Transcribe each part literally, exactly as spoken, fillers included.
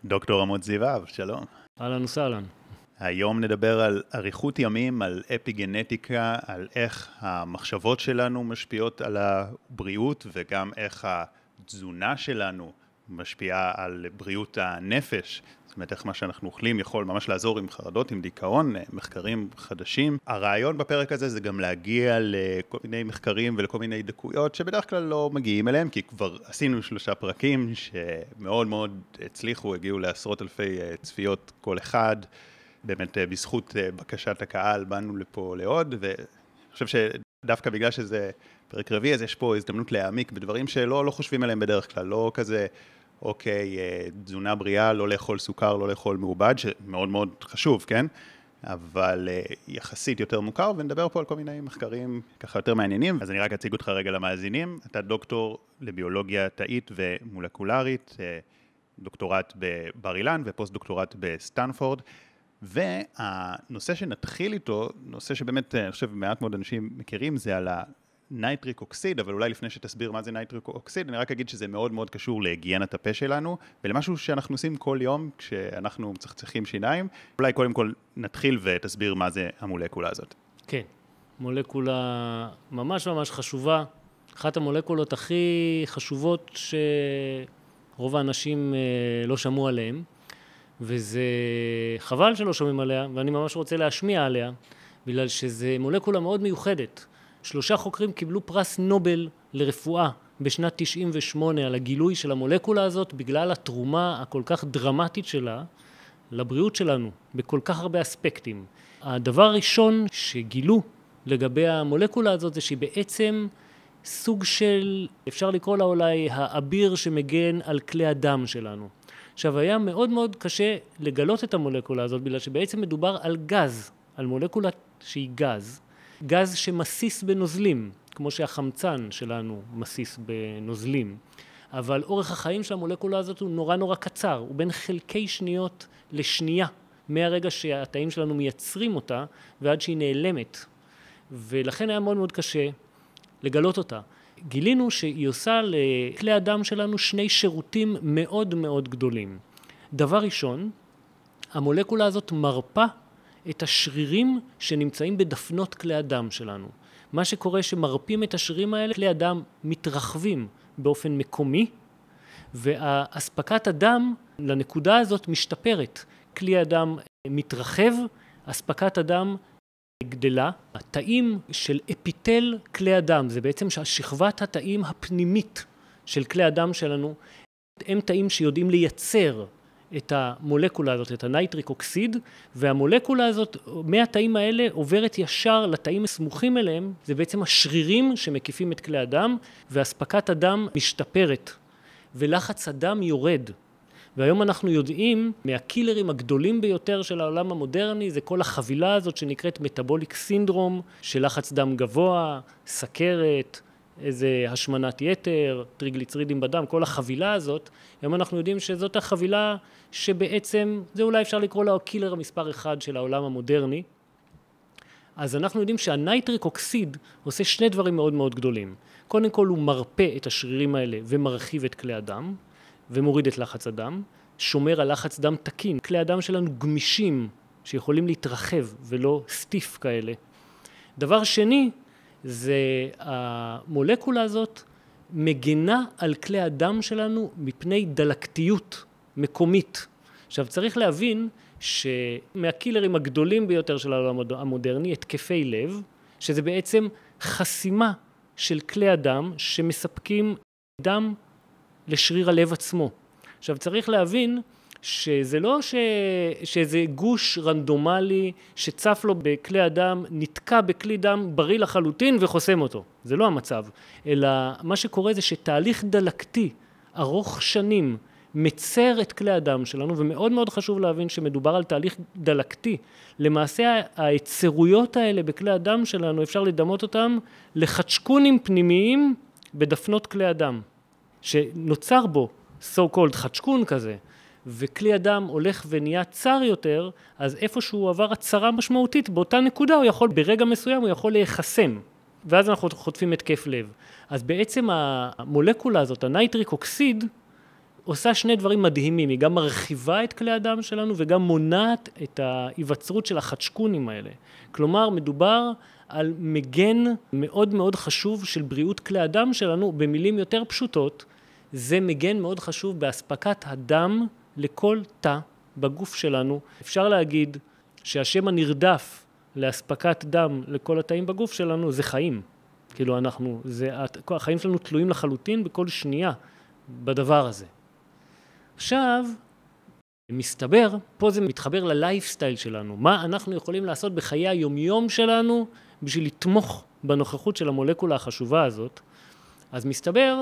דוקטור עמוד זיוואב, שלום. אהלן וסהלן. היום נדבר על אריכות ימים, על אפיגנטיקה, על איך המחשבות שלנו משפיעות על הבריאות, וגם איך התזונה שלנו משפיעה על בריאות הנפש. זאת אומרת, איך מה שאנחנו אוכלים יכול ממש לעזור עם חרדות, עם דיכאון, מחקרים חדשים. הרעיון בפרק הזה זה גם להגיע לכל מיני מחקרים ולכל מיני דקויות שבדרך כלל לא מגיעים אליהם, כי כבר עשינו שלושה פרקים שמאוד מאוד הצליחו, הגיעו לעשרות אלפי צפיות כל אחד. באמת בזכות בקשת הקהל באנו לפה לעוד, ואני חושב שדווקא בגלל שזה פרק רביעי, אז יש פה הזדמנות להעמיק בדברים שלא לא חושבים עליהם בדרך כלל, לא כזה, אוקיי, תזונה בריאה, לא לאכול סוכר, לא לאכול מעובד, שמאוד מאוד חשוב, כן? אבל יחסית יותר מוכר, ונדבר פה על כל מיני מחקרים ככה יותר מעניינים. אז אני רק אציג אותך רגע למאזינים. אתה דוקטור לביולוגיה תאית ומולקולרית, דוקטורט בבר אילן ופוסט דוקטורט בסטנפורד. והנושא שנתחיל איתו, נושא שבאמת אני חושב מעט מאוד אנשים מכירים, זה על הנייטריק אוקסיד, אבל אולי לפני שתסביר מה זה נייטריק אוקסיד, אני רק אגיד שזה מאוד מאוד קשור להיגיינת הפה שלנו, ולמשהו שאנחנו עושים כל יום כשאנחנו מצחצחים שיניים. אולי קודם כל נתחיל ותסביר מה זה המולקולה הזאת. כן, מולקולה ממש ממש חשובה, אחת המולקולות הכי חשובות שרוב האנשים לא שמעו עליהן, וזה חבל שלא שומעים עליה, ואני ממש רוצה להשמיע עליה, בגלל שזה מולקולה מאוד מיוחדת. שלושה חוקרים קיבלו פרס נובל לרפואה בשנת תשעים ושמונה על הגילוי של המולקולה הזאת, בגלל התרומה הכל כך דרמטית שלה לבריאות שלנו, בכל כך הרבה אספקטים. הדבר הראשון שגילו לגבי המולקולה הזאת זה שהיא בעצם סוג של, אפשר לקרוא לה אולי, האביר שמגן על כלי הדם שלנו. עכשיו, היה מאוד מאוד קשה לגלות את המולקולה הזאת, בגלל שבעצם מדובר על גז, על מולקולה שהיא גז, גז שמסיס בנוזלים, כמו שהחמצן שלנו מסיס בנוזלים, אבל אורך החיים של המולקולה הזאת הוא נורא נורא קצר, הוא בין חלקי שניות לשנייה, מהרגע שהתאים שלנו מייצרים אותה, ועד שהיא נעלמת, ולכן היה מאוד מאוד קשה לגלות אותה. גילינו שהיא עושה לכלי הדם שלנו שני שירותים מאוד מאוד גדולים. דבר ראשון, המולקולה הזאת מרפה את השרירים שנמצאים בדפנות כלי הדם שלנו. מה שקורה שמרפים את השרירים האלה, כלי הדם מתרחבים באופן מקומי, והאספקת הדם לנקודה הזאת משתפרת. כלי הדם מתרחב, אספקת הדם גדלה. התאים של אפיטל כלי הדם, זה בעצם שכבת התאים הפנימית של כלי הדם שלנו, הם תאים שיודעים לייצר את המולקולה הזאת, את הנייטריק אוקסיד, והמולקולה הזאת, מהתאים האלה עוברת ישר לתאים הסמוכים אליהם, זה בעצם השרירים שמקיפים את כלי הדם, והספקת הדם משתפרת, ולחץ הדם יורד. והיום אנחנו יודעים מהקילרים הגדולים ביותר של העולם המודרני, זה כל החבילה הזאת שנקראת מטאבוליק סינדרום, של לחץ דם גבוה, סכרת, איזה השמנת יתר, טריגליצרידים בדם, כל החבילה הזאת. היום אנחנו יודעים שזאת החבילה שבעצם, זה אולי אפשר לקרוא לה הקילר המספר אחד של העולם המודרני. אז אנחנו יודעים שהנייטריק אוקסיד עושה שני דברים מאוד מאוד גדולים. קודם כל הוא מרפא את השרירים האלה ומרחיב את כלי הדם, ומוריד את לחץ הדם, שומר על לחץ דם תקין. כלי הדם שלנו גמישים, שיכולים להתרחב ולא סטיף כאלה. דבר שני, זה המולקולה הזאת מגנה על כלי הדם שלנו מפני דלקתיות מקומית. עכשיו צריך להבין שמהקילרים הגדולים ביותר של העולם המודרני, התקפי לב, שזה בעצם חסימה של כלי הדם שמספקים דם לשריר הלב עצמו. עכשיו צריך להבין שזה לא ש... שזה גוש רנדומלי שצף לו בכלי הדם, נתקע בכלי דם בריא לחלוטין וחוסם אותו. זה לא המצב. אלא מה שקורה זה שתהליך דלקתי ארוך שנים מצר את כלי הדם שלנו, ומאוד מאוד חשוב להבין שמדובר על תהליך דלקתי. למעשה היצרויות האלה בכלי הדם שלנו, אפשר לדמות אותם לחצ'קונים פנימיים בדפנות כלי הדם. שנוצר בו so called חצ'קון כזה, וכלי הדם הולך ונהיה צר יותר, אז איפשהו הוא עבר הצרה משמעותית, באותה נקודה הוא יכול, ברגע מסוים הוא יכול להיחסם, ואז אנחנו חוטפים התקף לב. אז בעצם המולקולה הזאת, הנייטריק אוקסיד, עושה שני דברים מדהימים, היא גם מרחיבה את כלי הדם שלנו וגם מונעת את ההיווצרות של החדשקונים האלה. כלומר, מדובר על מגן מאוד מאוד חשוב של בריאות כלי הדם שלנו, במילים יותר פשוטות, זה מגן מאוד חשוב בהספקת הדם לכל תא בגוף שלנו. אפשר להגיד שהשם הנרדף להספקת דם לכל התאים בגוף שלנו זה חיים. כאילו אנחנו, זה, החיים שלנו תלויים לחלוטין בכל שנייה בדבר הזה. עכשיו, מסתבר, פה זה מתחבר ללייפסטייל שלנו, מה אנחנו יכולים לעשות בחיי היומיום שלנו בשביל לתמוך בנוכחות של המולקולה החשובה הזאת. אז מסתבר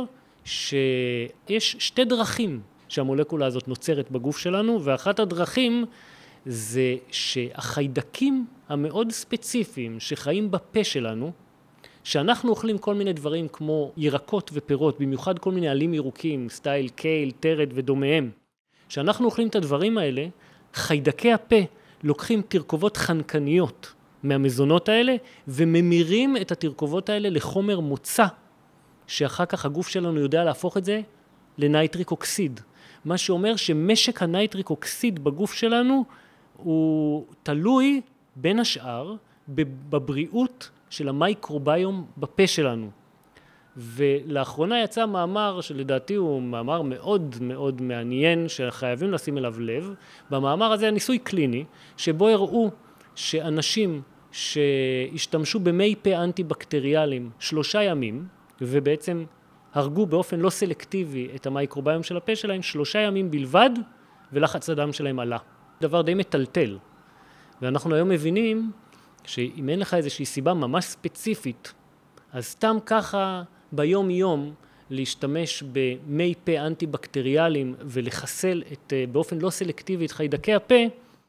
שיש שתי דרכים שהמולקולה הזאת נוצרת בגוף שלנו, ואחת הדרכים זה שהחיידקים המאוד ספציפיים שחיים בפה שלנו, שאנחנו אוכלים כל מיני דברים כמו ירקות ופירות, במיוחד כל מיני עלים ירוקים, סטייל קייל, טרד ודומיהם, שאנחנו אוכלים את הדברים האלה, חיידקי הפה לוקחים תרכובות חנקניות מהמזונות האלה, וממירים את התרכובות האלה לחומר מוצא, שאחר כך הגוף שלנו יודע להפוך את זה לנייטריק אוקסיד. מה שאומר שמשק הנייטריק אוקסיד בגוף שלנו הוא תלוי בין השאר בבריאות של המייקרוביום בפה שלנו. ולאחרונה יצא מאמר שלדעתי הוא מאמר מאוד מאוד מעניין שחייבים לשים אליו לב. במאמר הזה הניסוי קליני שבו הראו שאנשים שהשתמשו במי פה אנטי-בקטריאליים שלושה ימים ובעצם הרגו באופן לא סלקטיבי את המייקרוביום של הפה שלהם שלושה ימים בלבד ולחץ הדם שלהם עלה. דבר די מטלטל. ואנחנו היום מבינים שאם אין לך איזושהי סיבה ממש ספציפית, אז סתם ככה ביום יום להשתמש במי פה אנטי-בקטריאליים ולחסל את, באופן לא סלקטיבי את חיידקי הפה,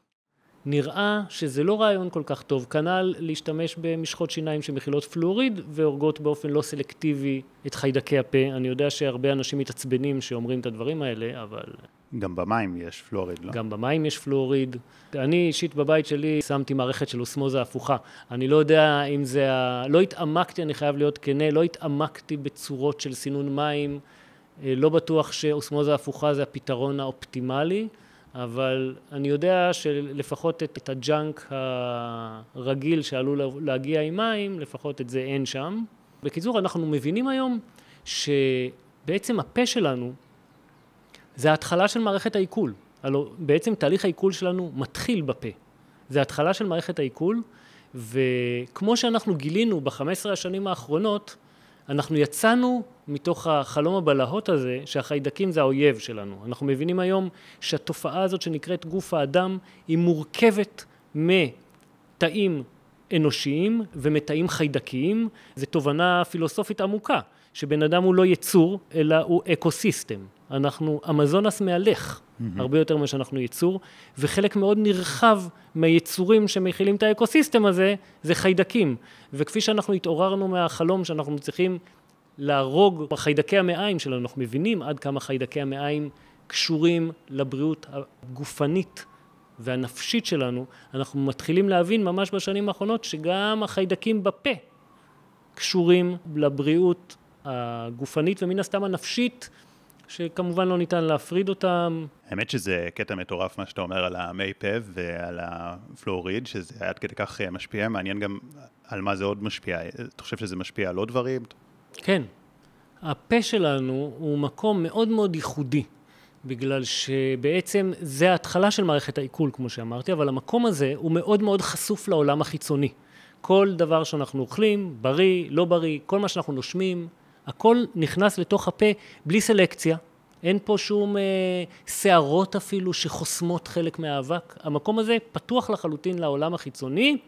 נראה שזה לא רעיון כל כך טוב. כנ"ל להשתמש במשחות שיניים שמכילות פלואוריד והורגות באופן לא סלקטיבי את חיידקי הפה. אני יודע שהרבה אנשים מתעצבנים שאומרים את הדברים האלה, אבל... גם במים יש פלואוריד, לא? גם במים יש פלואוריד. אני אישית בבית שלי שמתי מערכת של אוסמוזה הפוכה. אני לא יודע אם זה... ה... לא התעמקתי, אני חייב להיות כנה, לא התעמקתי בצורות של סינון מים. לא בטוח שאוסמוזה הפוכה זה הפתרון האופטימלי. אבל אני יודע שלפחות את, את הג'אנק הרגיל שעלול להגיע עם מים, לפחות את זה אין שם. בקיצור, אנחנו מבינים היום שבעצם הפה שלנו זה ההתחלה של מערכת העיכול. הלוא בעצם תהליך העיכול שלנו מתחיל בפה. זה ההתחלה של מערכת העיכול, וכמו שאנחנו גילינו ב-חמש עשרה השנים האחרונות, אנחנו יצאנו מתוך החלום הבלהות הזה שהחיידקים זה האויב שלנו. אנחנו מבינים היום שהתופעה הזאת שנקראת גוף האדם היא מורכבת מתאים אנושיים ומתאים חיידקיים. זו תובנה פילוסופית עמוקה, שבן אדם הוא לא יצור אלא הוא אקוסיסטם. אנחנו אמזונס מהלך, mm-hmm. הרבה יותר ממה שאנחנו יצור, וחלק מאוד נרחב מהיצורים שמכילים את האקוסיסטם הזה זה חיידקים. וכפי שאנחנו התעוררנו מהחלום שאנחנו צריכים להרוג חיידקי המעיים שלנו, אנחנו מבינים עד כמה חיידקי המעיים קשורים לבריאות הגופנית והנפשית שלנו, אנחנו מתחילים להבין ממש בשנים האחרונות שגם החיידקים בפה קשורים לבריאות הגופנית ומן הסתם הנפשית, שכמובן לא ניתן להפריד אותם. האמת שזה קטע מטורף מה שאתה אומר על המי פה ועל הפלואוריד, שזה עד כדי כך משפיע, מעניין גם על מה זה עוד משפיע. אתה חושב שזה משפיע על עוד דברים? כן. הפה שלנו הוא מקום מאוד מאוד ייחודי, בגלל שבעצם זה ההתחלה של מערכת העיכול, כמו שאמרתי, אבל המקום הזה הוא מאוד מאוד חשוף לעולם החיצוני. כל דבר שאנחנו אוכלים, בריא, לא בריא, כל מה שאנחנו נושמים, הכל נכנס לתוך הפה בלי סלקציה. אין פה שום אה, שערות אפילו שחוסמות חלק מהאבק. המקום הזה פתוח לחלוטין לעולם החיצוני,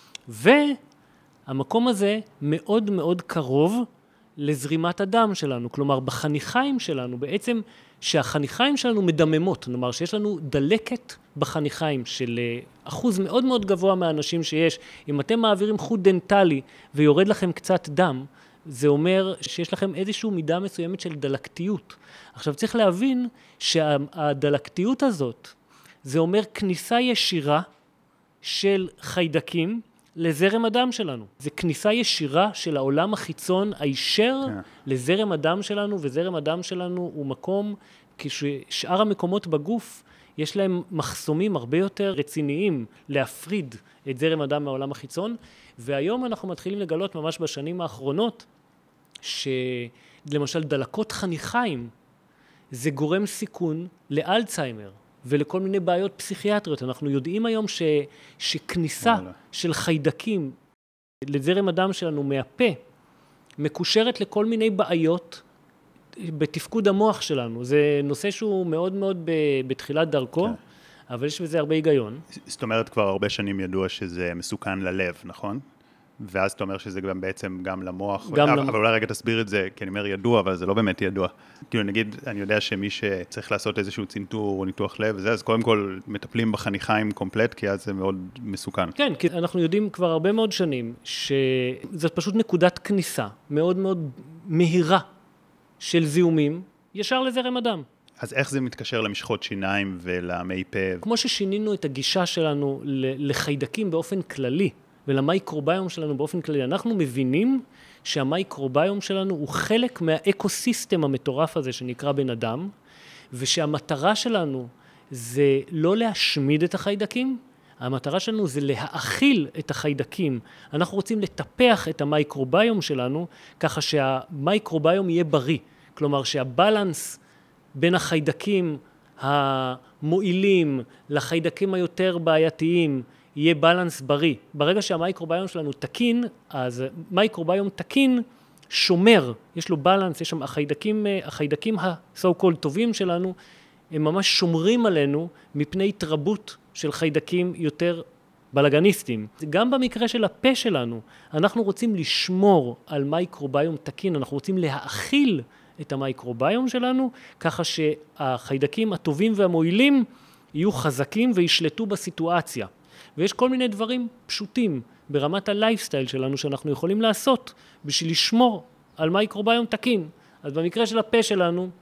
והמקום הזה מאוד מאוד קרוב לזרימת הדם שלנו. כלומר, בחניכיים שלנו, בעצם שהחניכיים שלנו מדממות, כלומר שיש לנו דלקת בחניכיים של אחוז מאוד מאוד גבוה מהאנשים שיש. אם אתם מעבירים חוט דנטלי ויורד לכם קצת דם, זה אומר שיש לכם איזושהי מידה מסוימת של דלקתיות. עכשיו צריך להבין שהדלקתיות הזאת, זה אומר כניסה ישירה של חיידקים לזרם הדם שלנו. זה כניסה ישירה של העולם החיצון הישר yeah. לזרם הדם שלנו, וזרם הדם שלנו הוא מקום כששאר המקומות בגוף יש להם מחסומים הרבה יותר רציניים להפריד את זרם הדם מהעולם החיצון, והיום אנחנו מתחילים לגלות ממש בשנים האחרונות, שלמשל דלקות חניכיים זה גורם סיכון לאלצהיימר ולכל מיני בעיות פסיכיאטריות. אנחנו יודעים היום ש, שכניסה וואלה. של חיידקים לזרם הדם שלנו מהפה מקושרת לכל מיני בעיות בתפקוד המוח שלנו. זה נושא שהוא מאוד מאוד בתחילת דרכו, כן. אבל יש בזה הרבה היגיון. זאת אומרת, כבר הרבה שנים ידוע שזה מסוכן ללב, נכון? ואז אתה אומר שזה גם בעצם גם למוח, גם אבל, למוח. אבל אולי רגע תסביר את זה, כי אני אומר ידוע, אבל זה לא באמת ידוע. כאילו נגיד, אני יודע שמי שצריך לעשות איזשהו צנתור או ניתוח לב וזה, אז קודם כל מטפלים בחניכיים קומפלט, כי אז זה מאוד מסוכן. כן, כי אנחנו יודעים כבר הרבה מאוד שנים, שזאת פשוט נקודת כניסה מאוד מאוד מהירה של זיהומים, ישר לזרם הדם. אז איך זה מתקשר למשחות שיניים ולמי פה? כמו ששינינו את הגישה שלנו לחיידקים באופן כללי, ולמייקרוביום שלנו באופן כללי, אנחנו מבינים שהמייקרוביום שלנו הוא חלק מהאקוסיסטם המטורף הזה שנקרא בן אדם, ושהמטרה שלנו זה לא להשמיד את החיידקים, המטרה שלנו זה להאכיל את החיידקים. אנחנו רוצים לטפח את המייקרוביום שלנו, ככה שהמייקרוביום יהיה בריא. כלומר שהבלנס בין החיידקים המועילים לחיידקים היותר בעייתיים, יהיה בלנס בריא. ברגע שהמייקרוביום שלנו תקין, אז מייקרוביום תקין שומר, יש לו בלנס, יש שם החיידקים, החיידקים ה-so called טובים שלנו, הם ממש שומרים עלינו מפני התרבות של חיידקים יותר בלגניסטים. גם במקרה של הפה שלנו, אנחנו רוצים לשמור על מייקרוביום תקין, אנחנו רוצים להאכיל את המייקרוביום שלנו, ככה שהחיידקים הטובים והמועילים יהיו חזקים וישלטו בסיטואציה. ויש כל מיני דברים פשוטים ברמת הלייפסטייל שלנו שאנחנו יכולים לעשות בשביל לשמור על מייקרוביום תקין. אז במקרה של הפה שלנו,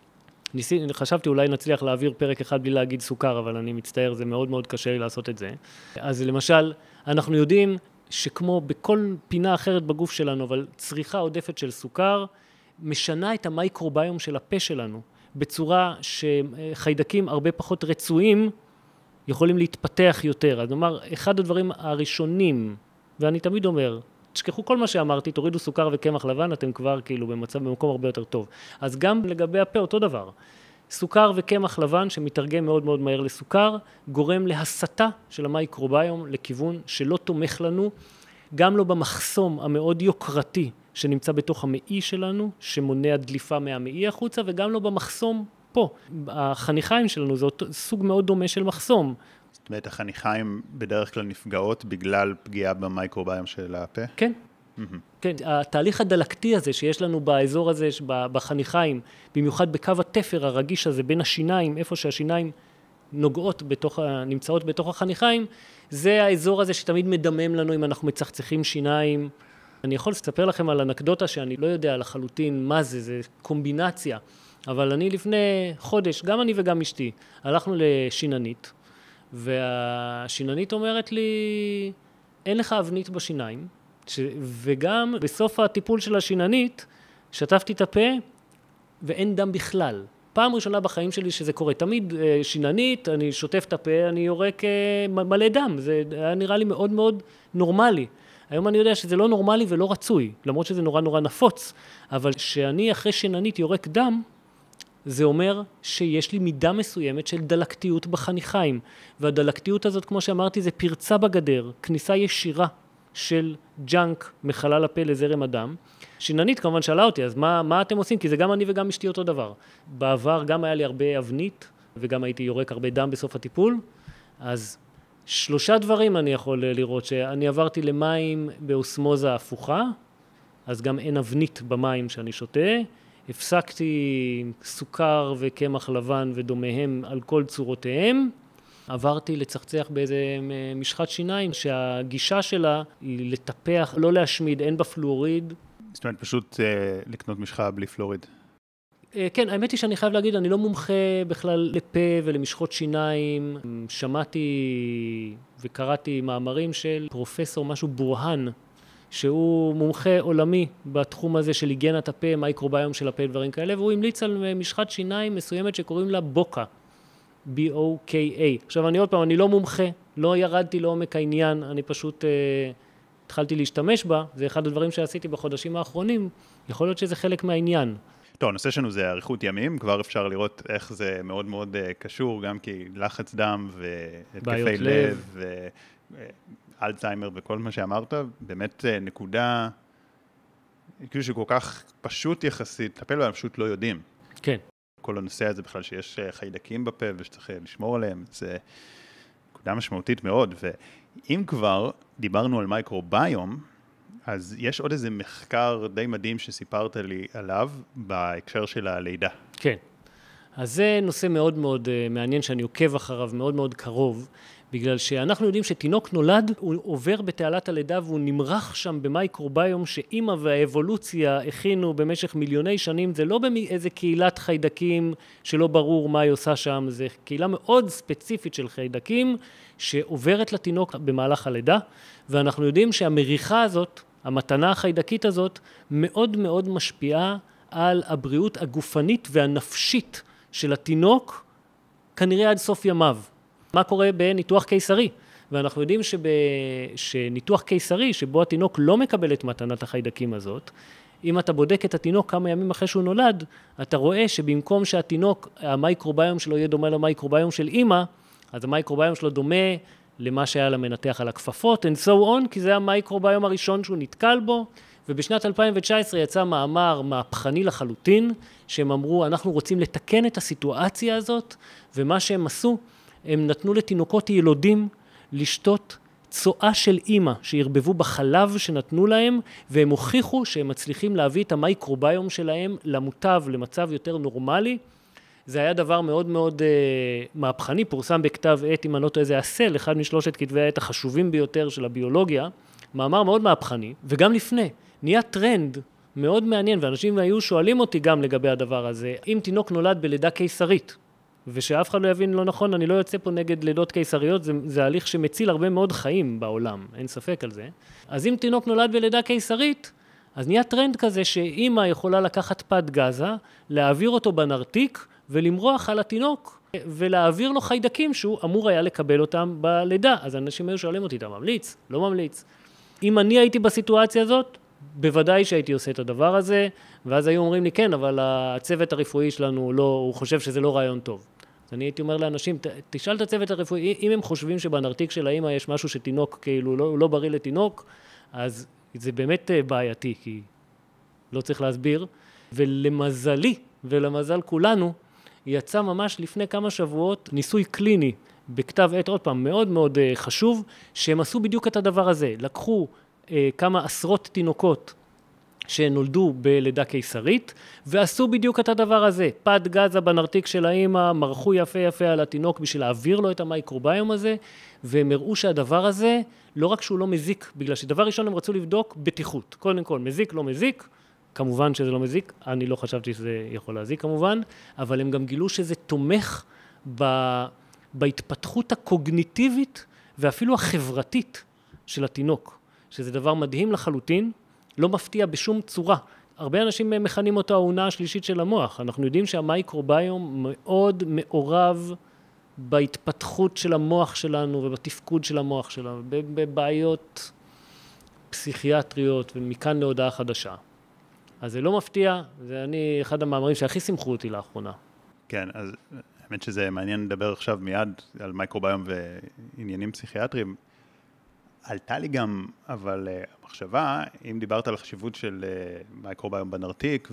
ניסי, חשבתי אולי נצליח להעביר פרק אחד בלי להגיד סוכר, אבל אני מצטער, זה מאוד מאוד קשה לי לעשות את זה. אז למשל, אנחנו יודעים שכמו בכל פינה אחרת בגוף שלנו, אבל צריכה עודפת של סוכר, משנה את המייקרוביום של הפה שלנו, בצורה שחיידקים הרבה פחות רצויים, יכולים להתפתח יותר. אז נאמר, אחד הדברים הראשונים, ואני תמיד אומר, תשכחו כל מה שאמרתי, תורידו סוכר וקמח לבן, אתם כבר כאילו במצב, במקום הרבה יותר טוב. אז גם לגבי הפה אותו דבר. סוכר וקמח לבן שמתרגם מאוד מאוד מהר לסוכר, גורם להסתה של המייקרוביום לכיוון שלא תומך לנו, גם לא במחסום המאוד יוקרתי שנמצא בתוך המעי שלנו, שמונע דליפה מהמעי החוצה, וגם לא במחסום פה. החניכיים שלנו זה אותו, סוג מאוד דומה של מחסום. זאת אומרת, החניכיים בדרך כלל נפגעות בגלל פגיעה במייקרוביום של הפה? כן. Mm-hmm. כן, התהליך הדלקתי הזה שיש לנו באזור הזה, בחניכיים, במיוחד בקו התפר הרגיש הזה בין השיניים, איפה שהשיניים נוגעות בתוך, נמצאות בתוך החניכיים, זה האזור הזה שתמיד מדמם לנו אם אנחנו מצחצחים שיניים. אני יכול לספר לכם על אנקדוטה שאני לא יודע לחלוטין מה זה, זה קומבינציה. אבל אני לפני חודש, גם אני וגם אשתי, הלכנו לשיננית, והשיננית אומרת לי, אין לך אבנית בשיניים, ש... וגם בסוף הטיפול של השיננית, שטפתי את הפה, ואין דם בכלל. פעם ראשונה בחיים שלי שזה קורה. תמיד שיננית, אני שוטף את הפה, אני יורק מלא דם. זה היה נראה לי מאוד מאוד נורמלי. היום אני יודע שזה לא נורמלי ולא רצוי, למרות שזה נורא נורא נפוץ, אבל שאני אחרי שיננית יורק דם, זה אומר שיש לי מידה מסוימת של דלקתיות בחניכיים, והדלקתיות הזאת, כמו שאמרתי, זה פרצה בגדר, כניסה ישירה של ג'אנק מחלל הפה לזרם הדם. שיננית כמובן שאלה אותי, אז מה, מה אתם עושים? כי זה גם אני וגם אשתי אותו דבר. בעבר גם היה לי הרבה אבנית, וגם הייתי יורק הרבה דם בסוף הטיפול, אז שלושה דברים אני יכול לראות, שאני עברתי למים באוסמוזה הפוכה, אז גם אין אבנית במים שאני שותה, הפסקתי סוכר וקמח לבן ודומיהם על כל צורותיהם, עברתי לצחצח באיזה משחת שיניים שהגישה שלה היא לטפח, לא להשמיד, אין בה פלואוריד. זאת אומרת, פשוט אה, לקנות משחה בלי פלואוריד. אה, כן, האמת היא שאני חייב להגיד, אני לא מומחה בכלל לפה ולמשחות שיניים. שמעתי וקראתי מאמרים של פרופסור משהו בורהן, שהוא מומחה עולמי בתחום הזה של היגיינת הפה, מייקרוביום של הפה, דברים כאלה, והוא המליץ על משחת שיניים מסוימת שקוראים לה בוקה, בי או קיי איי. עכשיו אני עוד פעם, אני לא מומחה, לא ירדתי לעומק העניין, אני פשוט אה, התחלתי להשתמש בה, זה אחד הדברים שעשיתי בחודשים האחרונים, יכול להיות שזה חלק מהעניין. טוב, הנושא שלנו זה אריכות ימים, כבר אפשר לראות איך זה מאוד מאוד קשור, גם כי לחץ דם והתקפי לב ואלצהיימר וכל מה שאמרת, באמת נקודה, כאילו שכל כך פשוט יחסית, לטפל בהם פשוט לא יודעים. כן. כל הנושא הזה בכלל שיש חיידקים בפה ושצריך לשמור עליהם, זה נקודה משמעותית מאוד, ואם כבר דיברנו על מייקרוביום, אז יש עוד איזה מחקר די מדהים שסיפרת לי עליו בהקשר של הלידה. כן. אז זה נושא מאוד מאוד מעניין שאני עוקב אחריו מאוד מאוד קרוב, בגלל שאנחנו יודעים שתינוק נולד, הוא עובר בתעלת הלידה והוא נמרח שם במייקרוביום שאימא והאבולוציה הכינו במשך מיליוני שנים, זה לא באיזה קהילת חיידקים שלא ברור מה היא עושה שם, זה קהילה מאוד ספציפית של חיידקים שעוברת לתינוק במהלך הלידה, ואנחנו יודעים שהמריחה הזאת, המתנה החיידקית הזאת, מאוד מאוד משפיעה על הבריאות הגופנית והנפשית של התינוק, כנראה עד סוף ימיו. מה קורה בניתוח קיסרי? ואנחנו יודעים שב... שניתוח קיסרי, שבו התינוק לא מקבל את מתנת החיידקים הזאת, אם אתה בודק את התינוק כמה ימים אחרי שהוא נולד, אתה רואה שבמקום שהתינוק, המייקרוביום שלו יהיה דומה למייקרוביום של אמא, אז המייקרוביום שלו דומה למה שהיה למנתח על הכפפות, and so on, כי זה המייקרוביום הראשון שהוא נתקל בו, ובשנת אלפיים תשע עשרה יצא מאמר מהפכני לחלוטין, שהם אמרו, אנחנו רוצים לתקן את הסיטואציה הזאת, ומה שהם עשו, הם נתנו לתינוקות ילודים לשתות צואה של אימא, שהרבבו בחלב שנתנו להם, והם הוכיחו שהם מצליחים להביא את המייקרוביום שלהם למוטב, למצב יותר נורמלי. זה היה דבר מאוד מאוד uh, מהפכני, פורסם בכתב עת, אם אני לא טועה, זה הסל, אחד משלושת כתבי העת החשובים ביותר של הביולוגיה, מאמר מאוד מהפכני, וגם לפני, נהיה טרנד מאוד מעניין, ואנשים היו שואלים אותי גם לגבי הדבר הזה, אם תינוק נולד בלידה קיסרית, ושאף אחד לא יבין לא נכון, אני לא יוצא פה נגד לידות קיסריות, זה, זה הליך שמציל הרבה מאוד חיים בעולם, אין ספק על זה. אז אם תינוק נולד בלידה קיסרית, אז נהיה טרנד כזה שאמא יכולה לקחת פת גזה, להעביר אותו בנרתיק, ולמרוח על התינוק, ולהעביר לו חיידקים שהוא אמור היה לקבל אותם בלידה. אז אנשים היו שואלים אותי, אתה ממליץ? לא ממליץ. אם אני הייתי בסיטואציה הזאת, בוודאי שהייתי עושה את הדבר הזה, ואז היו אומרים לי, כן, אבל הצוות הרפואי שלנו, לא, הוא חושב שזה לא רעיון טוב. אז אני הייתי אומר לאנשים, ת, תשאל את הצוות הרפואי, אם הם חושבים שבנרתיק של האמא יש משהו שתינוק כאילו לא, לא בריא לתינוק, אז זה באמת בעייתי, כי לא צריך להסביר. ולמזלי, ולמזל כולנו, יצא ממש לפני כמה שבועות ניסוי קליני בכתב עת, עוד פעם, מאוד מאוד חשוב, שהם עשו בדיוק את הדבר הזה. לקחו אה, כמה עשרות תינוקות שנולדו בלידה קיסרית, ועשו בדיוק את הדבר הזה. פת גזה בנרתיק של האמא, מרחו יפה יפה על התינוק בשביל להעביר לו את המייקרוביום הזה, והם הראו שהדבר הזה, לא רק שהוא לא מזיק, בגלל שדבר ראשון הם רצו לבדוק בטיחות. קודם כל, מזיק, לא מזיק, כמובן שזה לא מזיק, אני לא חשבתי שזה יכול להזיק כמובן, אבל הם גם גילו שזה תומך ב, בהתפתחות הקוגניטיבית ואפילו החברתית של התינוק, שזה דבר מדהים לחלוטין, לא מפתיע בשום צורה. הרבה אנשים מכנים אותו העונה השלישית של המוח, אנחנו יודעים שהמייקרוביום מאוד מעורב בהתפתחות של המוח שלנו ובתפקוד של המוח שלנו, בבעיות פסיכיאטריות ומכאן להודעה חדשה. אז זה לא מפתיע, זה אני אחד המאמרים שהכי שמחו אותי לאחרונה. כן, אז האמת שזה מעניין לדבר עכשיו מיד על מייקרוביום ועניינים פסיכיאטריים. עלתה לי גם, אבל המחשבה, אם דיברת על החשיבות של מייקרוביום בנרתיק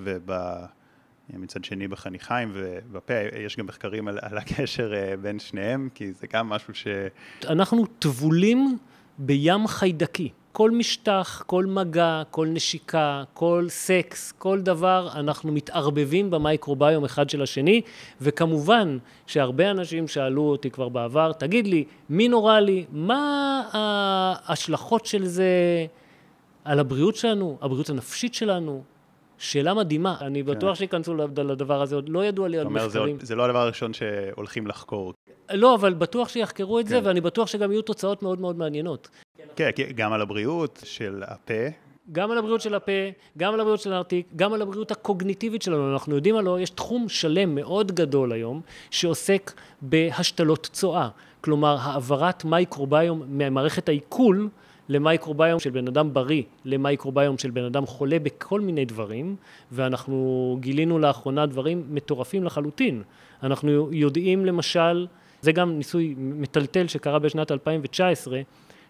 ומצד שני בחניכיים ובפה, יש גם מחקרים על, על הקשר בין שניהם, כי זה גם משהו ש... אנחנו טבולים בים חיידקי. כל משטח, כל מגע, כל נשיקה, כל סקס, כל דבר, אנחנו מתערבבים במייקרוביום אחד של השני, וכמובן שהרבה אנשים שאלו אותי כבר בעבר, תגיד לי, מי נורא לי, מה ההשלכות של זה על הבריאות שלנו, הבריאות הנפשית שלנו? שאלה מדהימה, אני בטוח שיכנסו לדבר הזה, עוד לא ידוע לי על מחקרים. זה לא הדבר הראשון שהולכים לחקור. לא, אבל בטוח שיחקרו את זה, ואני בטוח שגם יהיו תוצאות מאוד מאוד מעניינות. כן, גם על הבריאות של הפה, גם על הבריאות של הפה, גם על הבריאות של הארטיק, גם על הבריאות הקוגניטיבית שלנו. אנחנו יודעים עלו, יש תחום שלם מאוד גדול היום, שעוסק בהשתלות צואה. כלומר, העברת מייקרוביום ממערכת העיכול, למייקרוביום של בן אדם בריא, למייקרוביום של בן אדם חולה בכל מיני דברים, ואנחנו גילינו לאחרונה דברים מטורפים לחלוטין. אנחנו יודעים למשל, זה גם ניסוי מטלטל שקרה בשנת אלפיים תשע עשרה,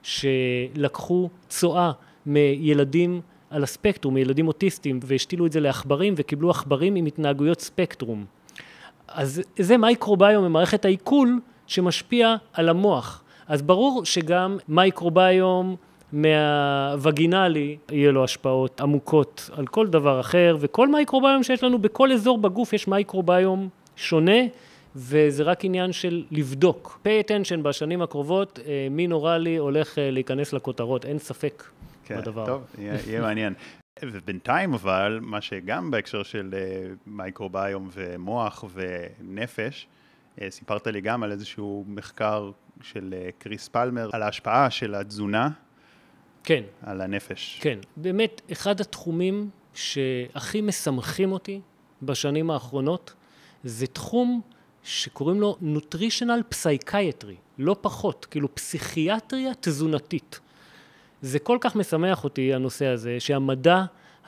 שלקחו צואה מילדים על הספקטרום, מילדים אוטיסטים, והשתילו את זה לעכברים, וקיבלו עכברים עם התנהגויות ספקטרום. אז זה מייקרוביום ממערכת העיכול שמשפיע על המוח. אז ברור שגם מייקרוביום מהווגינלי יהיה לו השפעות עמוקות על כל דבר אחר, וכל מייקרוביום שיש לנו בכל אזור בגוף יש מייקרוביום שונה, וזה רק עניין של לבדוק. pay attention בשנים הקרובות, מין אוראלי הולך להיכנס לכותרות, אין ספק כן, בדבר. טוב, יהיה, יהיה מעניין. ובינתיים אבל, מה שגם בהקשר של מייקרוביום ומוח ונפש, סיפרת לי גם על איזשהו מחקר של קריס פלמר, על ההשפעה של התזונה כן. על הנפש. כן, באמת אחד התחומים שהכי משמחים אותי בשנים האחרונות, זה תחום שקוראים לו Nutritional Psychiatry, לא פחות, כאילו פסיכיאטריה תזונתית. זה כל כך משמח אותי הנושא הזה, שהמדע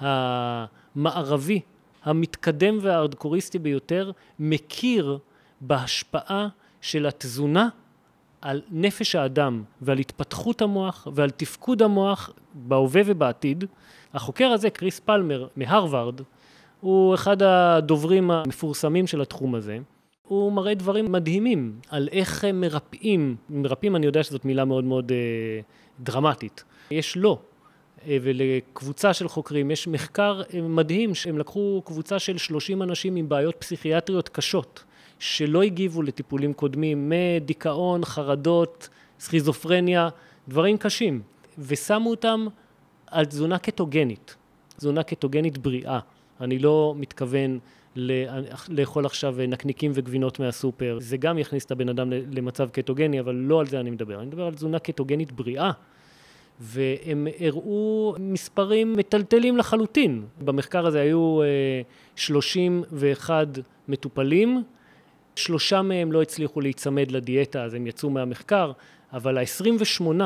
המערבי, המתקדם והארדקוריסטי ביותר, מכיר בהשפעה של התזונה על נפש האדם ועל התפתחות המוח ועל תפקוד המוח בהווה ובעתיד. החוקר הזה, קריס פלמר מהרווארד, הוא אחד הדוברים המפורסמים של התחום הזה. הוא מראה דברים מדהימים על איך מרפאים, מרפאים אני יודע שזאת מילה מאוד מאוד אה, דרמטית. יש לו אה, ולקבוצה של חוקרים יש מחקר אה, מדהים שהם לקחו קבוצה של שלושים אנשים עם בעיות פסיכיאטריות קשות שלא הגיבו לטיפולים קודמים, מדיכאון, חרדות, סכיזופרניה, דברים קשים, ושמו אותם על תזונה קטוגנית, תזונה קטוגנית בריאה. אני לא מתכוון לאכול עכשיו נקניקים וגבינות מהסופר, זה גם יכניס את הבן אדם למצב קטוגני, אבל לא על זה אני מדבר. אני מדבר על תזונה קטוגנית בריאה, והם הראו מספרים מטלטלים לחלוטין. במחקר הזה היו שלושים ואחד מטופלים, שלושה מהם לא הצליחו להיצמד לדיאטה, אז הם יצאו מהמחקר, אבל ה-עשרים ושמונה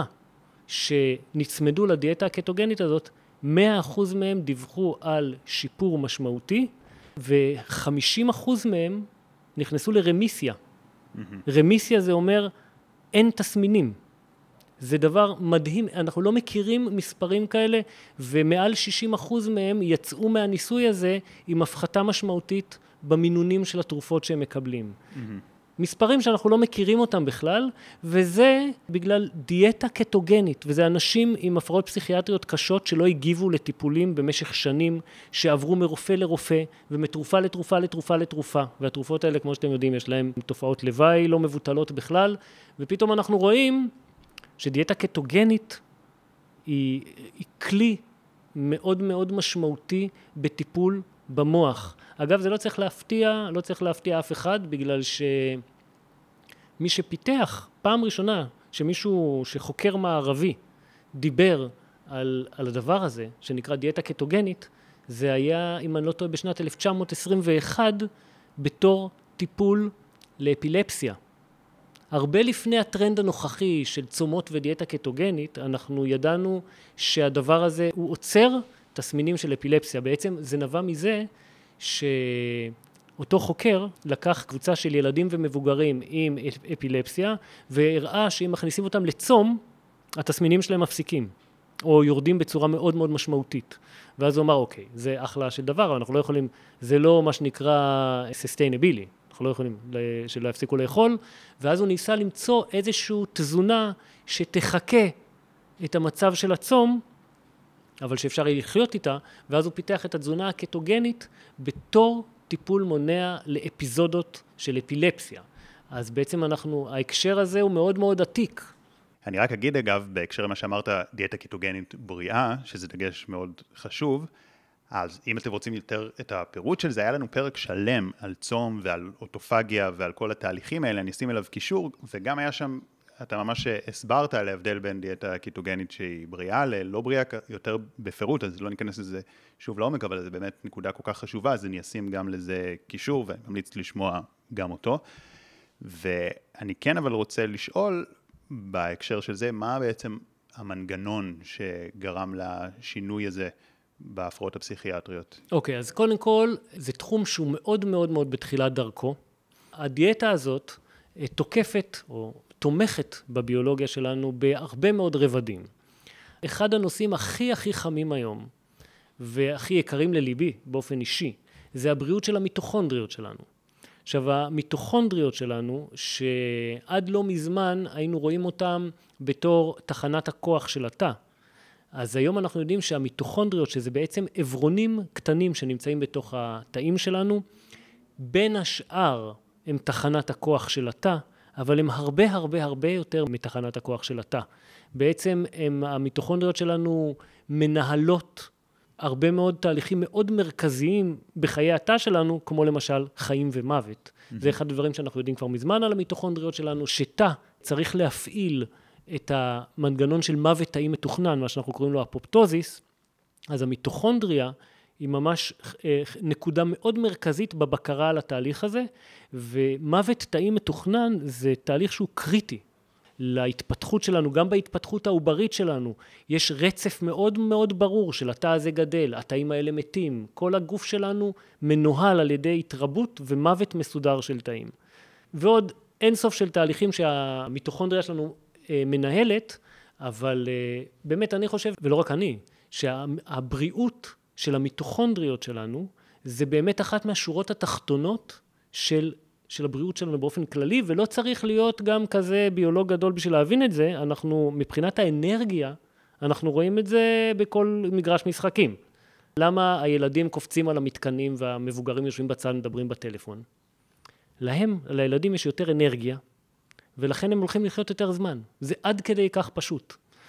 שנצמדו לדיאטה הקטוגנית הזאת, מאה אחוז מהם דיווחו על שיפור משמעותי, ו-חמישים אחוז מהם נכנסו לרמיסיה. Mm-hmm. רמיסיה זה אומר אין תסמינים. זה דבר מדהים, אנחנו לא מכירים מספרים כאלה, ומעל שישים אחוז מהם יצאו מהניסוי הזה עם הפחתה משמעותית במינונים של התרופות שהם מקבלים. Mm-hmm. מספרים שאנחנו לא מכירים אותם בכלל, וזה בגלל דיאטה קטוגנית, וזה אנשים עם הפרעות פסיכיאטריות קשות שלא הגיבו לטיפולים במשך שנים, שעברו מרופא לרופא, ומתרופה לתרופה לתרופה לתרופה, והתרופות האלה, כמו שאתם יודעים, יש להם תופעות לוואי לא מבוטלות בכלל, ופתאום אנחנו רואים שדיאטה קטוגנית היא, היא כלי מאוד מאוד משמעותי בטיפול במוח. אגב, זה לא צריך להפתיע, לא צריך להפתיע אף אחד, בגלל שמי שפיתח, פעם ראשונה, שמישהו שחוקר מערבי דיבר על, על הדבר הזה, שנקרא דיאטה קטוגנית, זה היה, אם אני לא טועה, בשנת אלף תשע מאות עשרים ואחת, בתור טיפול לאפילפסיה. הרבה לפני הטרנד הנוכחי של צומות ודיאטה קטוגנית, אנחנו ידענו שהדבר הזה הוא עוצר תסמינים של אפילפסיה. בעצם זה נבע מזה שאותו חוקר לקח קבוצה של ילדים ומבוגרים עם אפילפסיה, והראה שאם מכניסים אותם לצום, התסמינים שלהם מפסיקים, או יורדים בצורה מאוד מאוד משמעותית. ואז הוא אמר, אוקיי, זה אחלה של דבר, אבל אנחנו לא יכולים, זה לא מה שנקרא sustainability. אנחנו לא יכולים שלא יפסיקו לאכול, ואז הוא ניסה למצוא איזושהי תזונה שתחכה את המצב של הצום, אבל שאפשר לחיות איתה, ואז הוא פיתח את התזונה הקטוגנית בתור טיפול מונע לאפיזודות של אפילפסיה. אז בעצם אנחנו, ההקשר הזה הוא מאוד מאוד עתיק. אני רק אגיד אגב, בהקשר למה שאמרת, דיאטה קטוגנית בריאה, שזה דגש מאוד חשוב, אז אם אתם רוצים יותר את הפירוט של זה, היה לנו פרק שלם על צום ועל אוטופגיה ועל כל התהליכים האלה, אני אשים אליו קישור, וגם היה שם אתה ממש הסברת על ההבדל בין דיאטה קיטוגנית שהיא בריאה ללא בריאה יותר בפירוט, אז לא ניכנס לזה שוב לעומק, אבל זה באמת נקודה כל כך חשובה, אז אני אשים גם לזה קישור וממליץ לשמוע גם אותו. ואני כן אבל רוצה לשאול בהקשר של זה, מה בעצם המנגנון שגרם לשינוי הזה בהפרעות הפסיכיאטריות? אוקיי, אז קודם כל, זה תחום שהוא מאוד מאוד מאוד בתחילת דרכו. הדיאטה הזאת תוקפת או תומכת בביולוגיה שלנו בהרבה מאוד רבדים. אחד הנושאים הכי הכי חמים היום, והכי יקרים לליבי באופן אישי, זה הבריאות של המיטוכונדריות שלנו. עכשיו, המיטוכונדריות שלנו, שעד לא מזמן היינו רואים אותם בתור תחנת הכוח של התא, אז היום אנחנו יודעים שהמיטוכונדריות, שזה בעצם עברונים קטנים שנמצאים בתוך התאים שלנו, בין השאר הם תחנת הכוח של התא, אבל הם הרבה הרבה הרבה יותר מתחנת הכוח של התא. בעצם הם, המיטוכונדריות שלנו מנהלות הרבה מאוד תהליכים מאוד מרכזיים בחיי התא שלנו, כמו למשל חיים ומוות. Mm-hmm. זה אחד הדברים שאנחנו יודעים כבר מזמן על המיטוכונדריות שלנו, שתא צריך להפעיל את המנגנון של מוות תאי מתוכנן, מה שאנחנו קוראים לו אפופטוזיס, אז המיטוכונדריה היא ממש נקודה מאוד מרכזית בבקרה על התהליך הזה, ומוות תאי מתוכנן זה תהליך שהוא קריטי להתפתחות שלנו, גם בהתפתחות העוברית שלנו, יש רצף מאוד מאוד ברור של התא הזה גדל, התאים האלה מתים, כל הגוף שלנו מנוהל על ידי התרבות ומוות מסודר של תאים. ועוד אין סוף של תהליכים שהמיטוכונדריה שלנו מנהלת, אבל באמת אני חושב, ולא רק אני, שהבריאות של המיטוכונדריות שלנו, זה באמת אחת מהשורות התחתונות של, של הבריאות שלנו באופן כללי, ולא צריך להיות גם כזה ביולוג גדול בשביל להבין את זה. אנחנו, מבחינת האנרגיה, אנחנו רואים את זה בכל מגרש משחקים. למה הילדים קופצים על המתקנים והמבוגרים יושבים בצד מדברים בטלפון? להם, לילדים יש יותר אנרגיה, ולכן הם הולכים לחיות יותר זמן. זה עד כדי כך פשוט.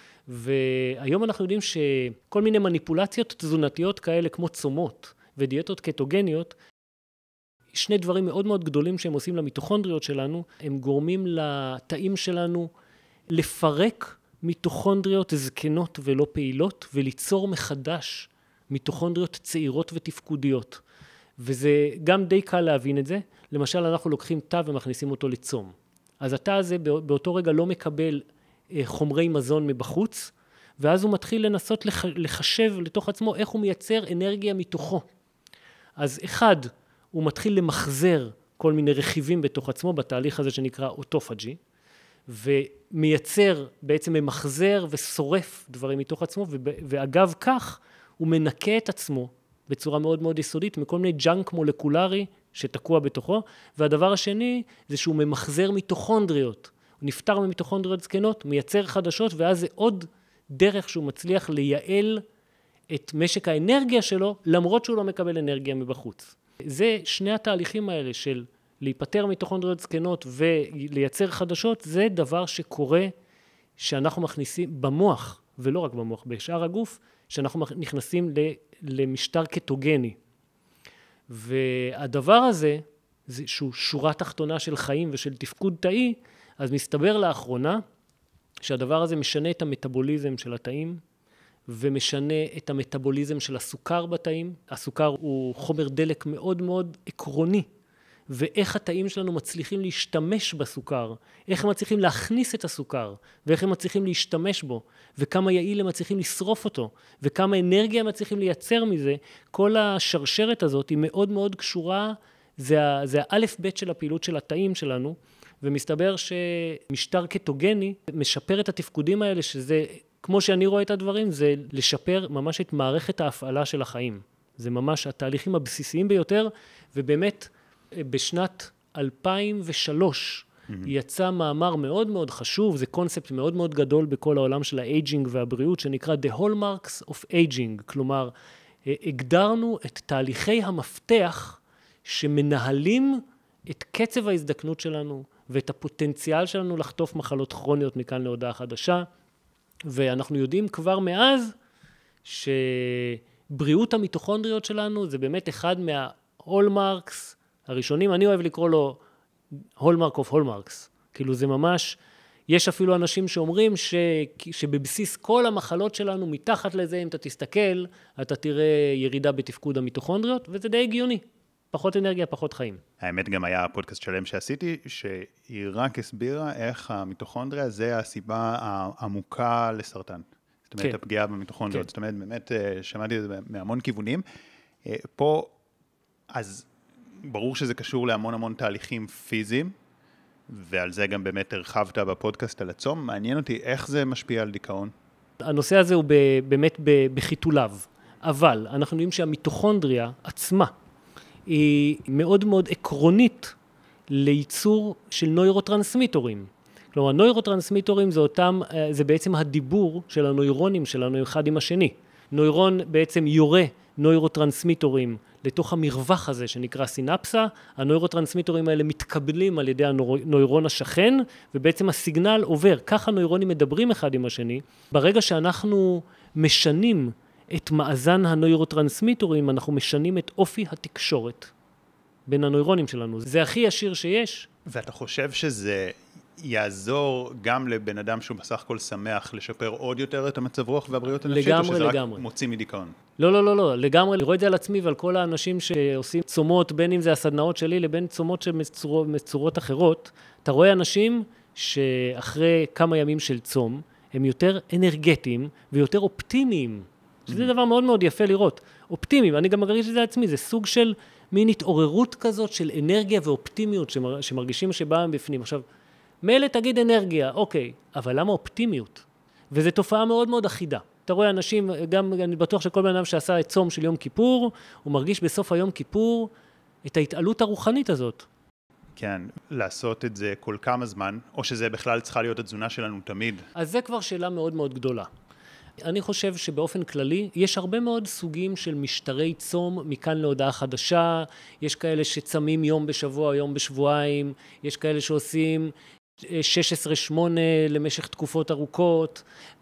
והיום אנחנו יודעים שכל מיני מניפולציות תזונתיות כאלה כמו צומות ודיאטות קטוגניות, שני דברים מאוד מאוד גדולים שהם עושים למיטוכונדריות שלנו, הם גורמים לתאים שלנו לפרק מיטוכונדריות זקנות ולא פעילות, וליצור מחדש מיטוכונדריות צעירות ותפקודיות. וזה גם די קל להבין את זה. למשל, אנחנו לוקחים תא ומכניסים אותו לצום. אז התא הזה באותו רגע לא מקבל חומרי מזון מבחוץ, ואז הוא מתחיל לנסות לחשב לתוך עצמו איך הוא מייצר אנרגיה מתוכו. אז אחד, הוא מתחיל למחזר כל מיני רכיבים בתוך עצמו, בתהליך הזה שנקרא אוטופג'י, ומייצר, בעצם ממחזר ושורף דברים מתוך עצמו, ואגב כך הוא מנקה את עצמו בצורה מאוד מאוד יסודית, מכל מיני ג'אנק מולקולרי שתקוע בתוכו, והדבר השני זה שהוא ממחזר מיטוכונדריות, הוא נפטר ממיטוכונדריות זקנות, מייצר חדשות, ואז זה עוד דרך שהוא מצליח לייעל את משק האנרגיה שלו, למרות שהוא לא מקבל אנרגיה מבחוץ. זה שני התהליכים האלה של להיפטר מיטוכונדריות זקנות ולייצר חדשות, זה דבר שקורה שאנחנו מכניסים במוח, ולא רק במוח, בשאר הגוף, שאנחנו נכנסים למשטר קטוגני. והדבר הזה, זה שהוא שורה תחתונה של חיים ושל תפקוד תאי, אז מסתבר לאחרונה שהדבר הזה משנה את המטאבוליזם של התאים, ומשנה את המטאבוליזם של הסוכר בתאים. הסוכר הוא חומר דלק מאוד מאוד עקרוני, ואיך התאים שלנו מצליחים להשתמש בסוכר, איך הם מצליחים להכניס את הסוכר, ואיך הם מצליחים להשתמש בו, וכמה יעיל הם מצליחים לשרוף אותו, וכמה אנרגיה הם מצליחים לייצר מזה. כל השרשרת הזאת היא מאוד מאוד קשורה, זה, זה האלף בית של הפעילות של התאים שלנו, ומסתבר שמשטר קטוגני משפר את התפקודים האלה, שזה, כמו שאני רואה את הדברים, זה לשפר ממש את מערכת ההפעלה של החיים. זה ממש התהליכים הבסיסיים ביותר, ובאמת בשנת אלפיים ושלוש mm-hmm. יצא מאמר מאוד מאוד חשוב, זה קונספט מאוד מאוד גדול בכל העולם של האייג'ינג והבריאות, שנקרא The Hallmarks of Aging, כלומר, הגדרנו את תהליכי המפתח שמנהלים את קצב ההזדקנות שלנו, ואת הפוטנציאל שלנו לחטוף מחלות כרוניות מכאן להודעה חדשה, ואנחנו יודעים כבר מאז שבריאות המיטוכונדריות שלנו זה באמת אחד מההולמרקס הראשונים, אני אוהב לקרוא לו הולמרק אוף הולמרקס, כאילו זה ממש יש אפילו אנשים שאומרים ש... שבבסיס כל המחלות שלנו, מתחת לזה, אם אתה תסתכל, אתה תראה ירידה בתפקוד המיטוכונדריות, וזה די הגיוני. פחות אנרגיה, פחות חיים. האמת גם היה פודקאסט שלם שעשיתי, שהיא רק הסבירה איך המיטוכונדריה זה הסיבה העמוקה לסרטן. זאת אומרת, כן. הפגיעה במיטוכונדריות. כן. זאת אומרת, באמת שמעתי את זה מהמון כיוונים. פה, אז ברור שזה קשור להמון המון תהליכים פיזיים, ועל זה גם באמת הרחבת בפודקאסט על הצום. מעניין אותי איך זה משפיע על דיכאון. הנושא הזה הוא באמת בחיתוליו, אבל אנחנו יודעים שהמיטוכונדריה עצמה היא מאוד מאוד עקרונית לייצור של נוירוטרנסמיטורים. כלומר, נוירוטרנסמיטורים זה אותם, זה בעצם הדיבור של הנוירונים שלנו אחד עם השני. נוירון בעצם יורה נוירוטרנסמיטורים לתוך המרווח הזה שנקרא סינפסה, הנוירוטרנסמיטורים האלה מתקבלים על ידי הנוירון השכן, ובעצם הסיגנל עובר, ככה נוירונים מדברים אחד עם השני. ברגע שאנחנו משנים את מאזן הנוירוטרנסמיטורים, אנחנו משנים את אופי התקשורת בין הנוירונים שלנו. זה הכי ישיר שיש. ואתה חושב שזה יעזור גם לבן אדם שהוא בסך הכל שמח לשפר עוד יותר את המצב רוח והבריאות הנפשית, לגמרי, או שזה לגמרי. רק מוציא מדיכאון? לא, לא, לא, לא, לגמרי. אני רואה את זה על עצמי ועל כל האנשים שעושים צומות, בין אם זה הסדנאות שלי לבין צומות של מצורות, מצורות אחרות. אתה רואה אנשים שאחרי כמה ימים של צום, הם יותר אנרגטיים ויותר אופטימיים. שזה דבר מאוד מאוד יפה לראות. אופטימיים, אני גם מרגיש את זה לעצמי, זה סוג של מין התעוררות כזאת של אנרגיה ואופטימיות שמר, שמרגישים שבאה בפנים. עכשיו, מילא תגיד אנרגיה, אוקיי, אבל למה אופטימיות? וזו תופעה מאוד מאוד אחידה. אתה רואה אנשים, גם אני בטוח שכל בן אדם שעשה את צום של יום כיפור, הוא מרגיש בסוף היום כיפור את ההתעלות הרוחנית הזאת. כן, לעשות את זה כל כמה זמן, או שזה בכלל צריכה להיות התזונה שלנו תמיד. אז זה כבר שאלה מאוד מאוד גדולה. אני חושב שבאופן כללי יש הרבה מאוד סוגים של משטרי צום מכאן להודעה חדשה, יש כאלה שצמים יום בשבוע, יום בשבועיים, יש כאלה שעושים שש עשרה שמונה למשך תקופות ארוכות.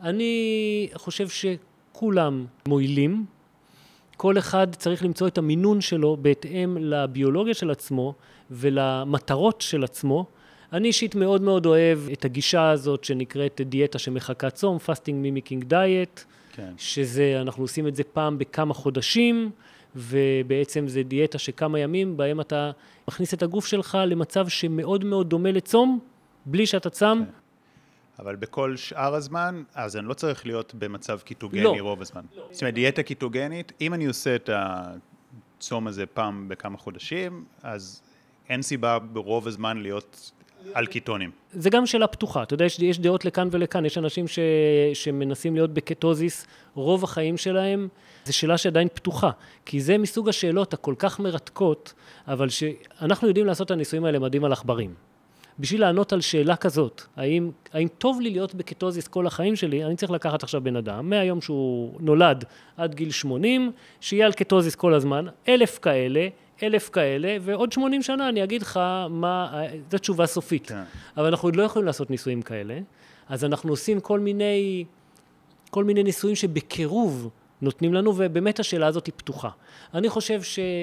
אני חושב שכולם מועילים, כל אחד צריך למצוא את המינון שלו בהתאם לביולוגיה של עצמו ולמטרות של עצמו. אני אישית מאוד מאוד אוהב את הגישה הזאת שנקראת דיאטה שמחכה צום, fasting mimicking diet, כן. שזה, אנחנו עושים את זה פעם בכמה חודשים, ובעצם זה דיאטה שכמה ימים, בהם אתה מכניס את הגוף שלך למצב שמאוד מאוד דומה לצום, בלי שאתה צם. כן. אבל בכל שאר הזמן, אז אני לא צריך להיות במצב קיטוגני לא. רוב הזמן. לא. זאת אומרת, דיאטה קיטוגנית, אם אני עושה את הצום הזה פעם בכמה חודשים, אז אין סיבה ברוב הזמן להיות על קיטונים. זה גם שאלה פתוחה. אתה יודע, יש, יש דעות לכאן ולכאן. יש אנשים ש, שמנסים להיות בקטוזיס רוב החיים שלהם. זו שאלה שעדיין פתוחה. כי זה מסוג השאלות הכל כך מרתקות, אבל שאנחנו יודעים לעשות את הניסויים האלה מדהים על עכברים. בשביל לענות על שאלה כזאת, האם, האם טוב לי להיות בקטוזיס כל החיים שלי, אני צריך לקחת עכשיו בן אדם, מהיום שהוא נולד עד גיל שמונים, שיהיה על קטוזיס כל הזמן, אלף כאלה, אלף כאלה, ועוד שמונים שנה אני אגיד לך מה, זו תשובה סופית. כן. אבל אנחנו עוד לא יכולים לעשות ניסויים כאלה, אז אנחנו עושים כל מיני, כל מיני ניסויים שבקירוב נותנים לנו, ובאמת השאלה הזאת היא פתוחה. אני חושב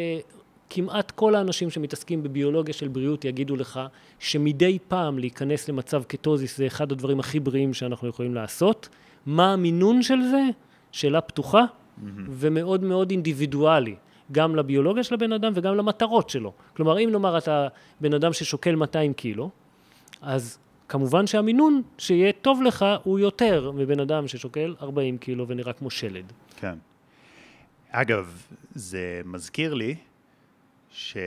שכמעט כל האנשים שמתעסקים בביולוגיה של בריאות יגידו לך, שמדי פעם להיכנס למצב קטוזיס זה אחד הדברים הכי בריאים שאנחנו יכולים לעשות. מה המינון של זה? שאלה פתוחה, mm-hmm. ומאוד מאוד אינדיבידואלי. גם לביולוגיה של הבן אדם וגם למטרות שלו. כלומר, אם נאמר אתה בן אדם ששוקל מאתיים קילו, אז כמובן שהמינון שיהיה טוב לך הוא יותר מבן אדם ששוקל ארבעים קילו ונראה כמו שלד. כן. אגב, זה מזכיר לי שהייתי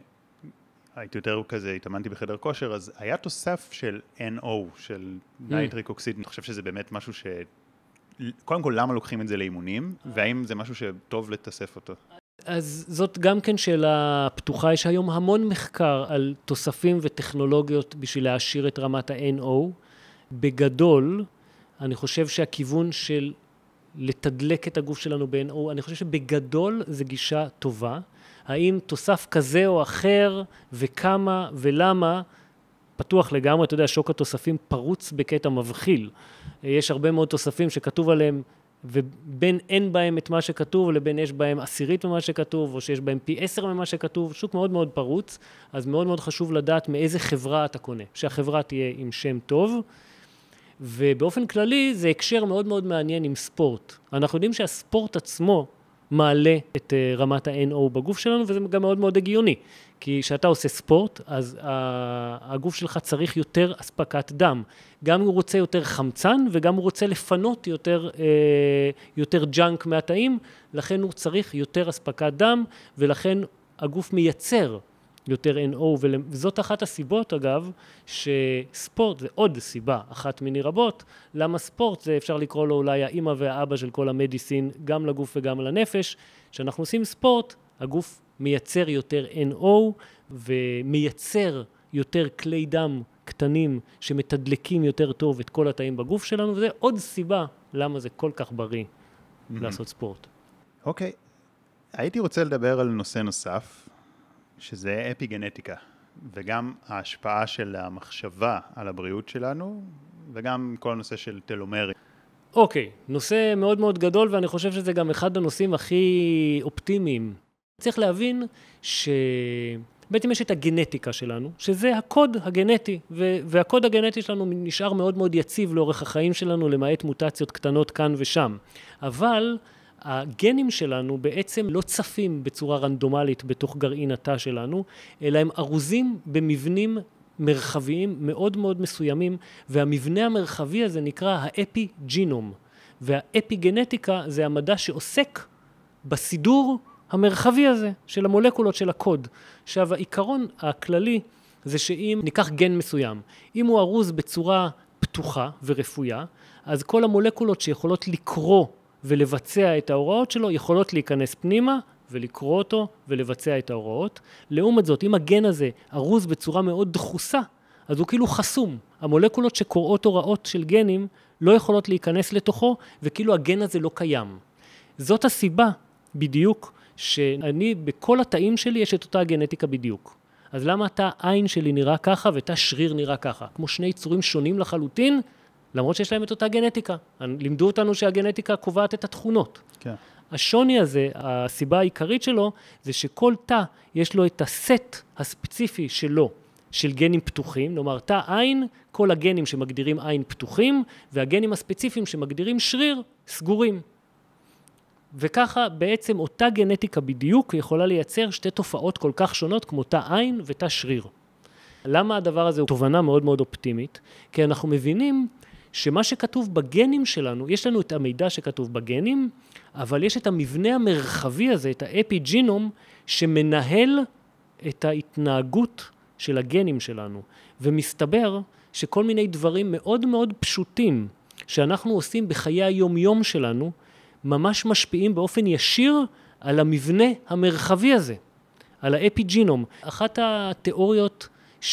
יותר כזה, התאמנתי בחדר כושר, אז היה תוסף של אן או, של נייטריק אוקסיד. אני חושב שזה באמת משהו ש... קודם כל, למה לוקחים את זה לאימונים, והאם זה משהו שטוב לתסף אותו? אז זאת גם כן שאלה פתוחה. יש היום המון מחקר על תוספים וטכנולוגיות בשביל להעשיר את רמת ה-אן או. בגדול, אני חושב שהכיוון של לתדלק את הגוף שלנו ב-אן או, אני חושב שבגדול זה גישה טובה. האם תוסף כזה או אחר, וכמה ולמה, פתוח לגמרי. אתה יודע, שוק התוספים פרוץ בקטע מבחיל. יש הרבה מאוד תוספים שכתוב עליהם, ובין אין בהם את מה שכתוב, לבין יש בהם עשירית ממה שכתוב, או שיש בהם פי עשר ממה שכתוב, שוק מאוד מאוד פרוץ, אז מאוד מאוד חשוב לדעת מאיזה חברה אתה קונה, שהחברה תהיה עם שם טוב, ובאופן כללי זה הקשר מאוד מאוד מעניין עם ספורט. אנחנו יודעים שהספורט עצמו מעלה את רמת ה-אן או בגוף שלנו, וזה גם מאוד מאוד הגיוני. כי כשאתה עושה ספורט, אז הגוף שלך צריך יותר אספקת דם. גם הוא רוצה יותר חמצן, וגם הוא רוצה לפנות יותר, יותר ג'אנק מהתאים, לכן הוא צריך יותר אספקת דם, ולכן הגוף מייצר יותר אן או, וזאת אחת הסיבות, אגב, שספורט זה עוד סיבה, אחת מיני רבות, למה ספורט זה אפשר לקרוא לו אולי האמא והאבא של כל המדיסין, גם לגוף וגם לנפש. כשאנחנו עושים ספורט, הגוף מייצר יותר אן או, ומייצר יותר כלי דם קטנים, שמתדלקים יותר טוב את כל התאים בגוף שלנו, וזה עוד סיבה למה זה כל כך בריא mm-hmm. לעשות ספורט. אוקיי, okay. הייתי רוצה לדבר על נושא נוסף, שזה אפיגנטיקה, וגם ההשפעה של המחשבה על הבריאות שלנו, וגם כל הנושא של טלומרים. אוקיי, okay, נושא מאוד מאוד גדול, ואני חושב שזה גם אחד הנושאים הכי אופטימיים. צריך להבין שבעצם יש את הגנטיקה שלנו, שזה הקוד הגנטי, והקוד הגנטי שלנו נשאר מאוד מאוד יציב לאורך החיים שלנו, למעט מוטציות קטנות כאן ושם. אבל הגנים שלנו בעצם לא צפים בצורה רנדומלית בתוך גרעין התא שלנו, אלא הם ארוזים במבנים מרחביים מאוד מאוד מסוימים, והמבנה המרחבי הזה נקרא האפי-ג'ינום. והאפיגנטיקה זה המדע שעוסק בסידור המרחבי הזה של המולקולות של הקוד. עכשיו, העיקרון הכללי זה שאם ניקח גן מסוים, אם הוא ארוז בצורה פתוחה ורפויה, אז כל המולקולות שיכולות לקרוא ולבצע את ההוראות שלו, יכולות להיכנס פנימה ולקרוא אותו ולבצע את ההוראות. לעומת זאת, אם הגן הזה ארוז בצורה מאוד דחוסה, אז הוא כאילו חסום. המולקולות שקוראות הוראות של גנים לא יכולות להיכנס לתוכו, וכאילו הגן הזה לא קיים. זאת הסיבה בדיוק שאני, בכל התאים שלי יש את אותה הגנטיקה בדיוק. אז למה התא עין שלי נראה ככה ותא שריר נראה ככה? כמו שני יצורים שונים לחלוטין, למרות שיש להם את אותה גנטיקה. לימדו אותנו שהגנטיקה קובעת את התכונות. כן. השוני הזה, הסיבה העיקרית שלו, זה שכל תא יש לו את הסט הספציפי שלו, של גנים פתוחים, כלומר תא עין, כל הגנים שמגדירים עין פתוחים, והגנים הספציפיים שמגדירים שריר סגורים. וככה בעצם אותה גנטיקה בדיוק יכולה לייצר שתי תופעות כל כך שונות כמו תא עין ותא שריר. למה הדבר הזה הוא תובנה מאוד מאוד אופטימית? כי אנחנו מבינים שמה שכתוב בגנים שלנו, יש לנו את המידע שכתוב בגנים, אבל יש את המבנה המרחבי הזה, את האפיג'ינום, שמנהל את ההתנהגות של הגנים שלנו. ומסתבר שכל מיני דברים מאוד מאוד פשוטים שאנחנו עושים בחיי היום-יום שלנו, ממש משפיעים באופן ישיר על המבנה המרחבי הזה, על האפיג'ינום. אחת התיאוריות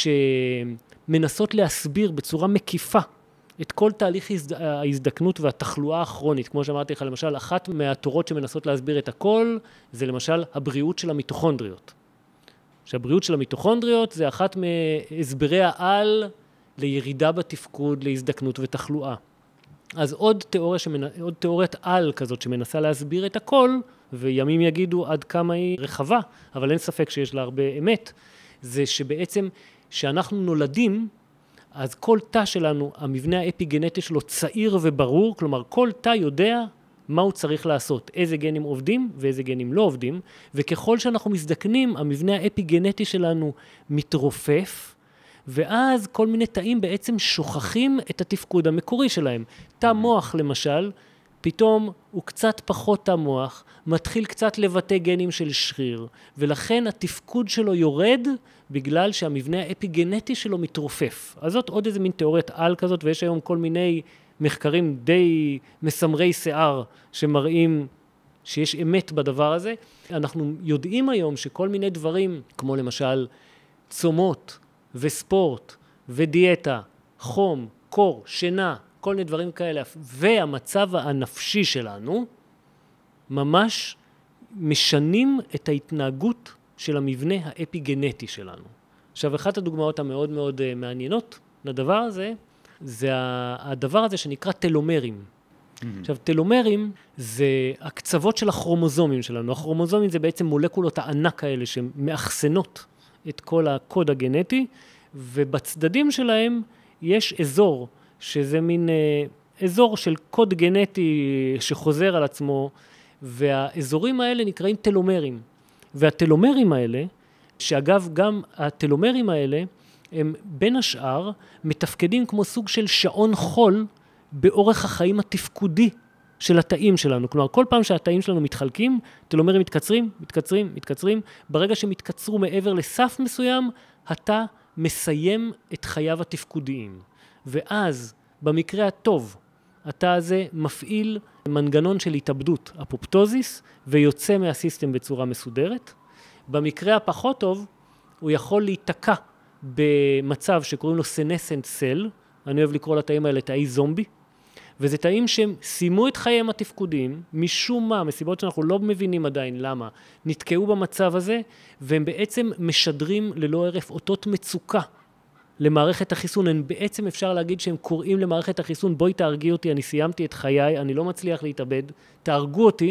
שמנסות להסביר בצורה מקיפה את כל תהליך ההזדקנות והתחלואה הכרונית, כמו שאמרתי לך, למשל, אחת מהתורות שמנסות להסביר את הכל, זה למשל הבריאות של המיטוכונדריות. שהבריאות של המיטוכונדריות זה אחת מהסברי העל לירידה בתפקוד, להזדקנות ותחלואה. אז עוד תיאוריה שמנ... עוד תיאוריית על כזאת שמנסה להסביר את הכל, וימים יגידו עד כמה היא רחבה, אבל אין ספק שיש לה הרבה אמת, זה שבעצם שאנחנו נולדים, אז כל תא שלנו, המבנה האפיגנטי שלו צעיר וברור, כלומר כל תא יודע מה הוא צריך לעשות, איזה גנים עובדים ואיזה גנים לא עובדים, וככל שאנחנו מזדקנים, המבנה האפיגנטי שלנו מתרופף, ואז כל מיני תאים בעצם שוכחים את התפקוד המקורי שלהם. תא מוח למשל, פתאום הוא קצת פחות תא מוח, מתחיל קצת לבטא גנים של שריר, ולכן התפקוד שלו יורד בגלל שהמבנה האפיגנטי שלו מתרופף. אז זאת עוד איזה מין תיאוריית על כזאת, ויש היום כל מיני מחקרים די מסמרי שיער שמראים שיש אמת בדבר הזה. אנחנו יודעים היום שכל מיני דברים, כמו למשל צומות וספורט ודיאטה, חום, קור, שינה, כל מיני דברים כאלה, והמצב הנפשי שלנו, ממש משנים את ההתנהגות של המבנה האפיגנטי שלנו. עכשיו, אחת הדוגמאות המאוד מאוד מעניינות לדבר הזה, זה הדבר הזה שנקרא טלומרים. Mm-hmm. עכשיו, טלומרים זה הקצוות של הכרומוזומים שלנו. הכרומוזומים זה בעצם מולקולות הענק האלה שמאחסנות את כל הקוד הגנטי, ובצדדים שלהם יש אזור שזה מין אה, אזור של קוד גנטי שחוזר על עצמו, והאזורים האלה נקראים טלומרים. והטלומרים האלה, שאגב גם הטלומרים האלה, הם בין השאר מתפקדים כמו סוג של שעון חול באורך החיים התפקודי של התאים שלנו. כלומר, כל פעם שהתאים שלנו מתחלקים, טלומרים מתקצרים, מתקצרים, מתקצרים. ברגע שהם יתקצרו מעבר לסף מסוים, התא מסיים את חייו התפקודיים. ואז, במקרה הטוב, התא הזה מפעיל מנגנון של התאבדות, אפופטוזיס, ויוצא מהסיסטם בצורה מסודרת. במקרה הפחות טוב, הוא יכול להיתקע במצב שקוראים לו senescent cell, אני אוהב לקרוא לתאים האלה תאי זומבי, וזה תאים שהם סיימו את חייהם התפקודיים, משום מה, מסיבות שאנחנו לא מבינים עדיין למה, נתקעו במצב הזה, והם בעצם משדרים ללא הרף אותות מצוקה למערכת החיסון. הם בעצם אפשר להגיד שהם קוראים למערכת החיסון, בואי תהרגי אותי, אני סיימתי את חיי, אני לא מצליח להתאבד, תהרגו אותי,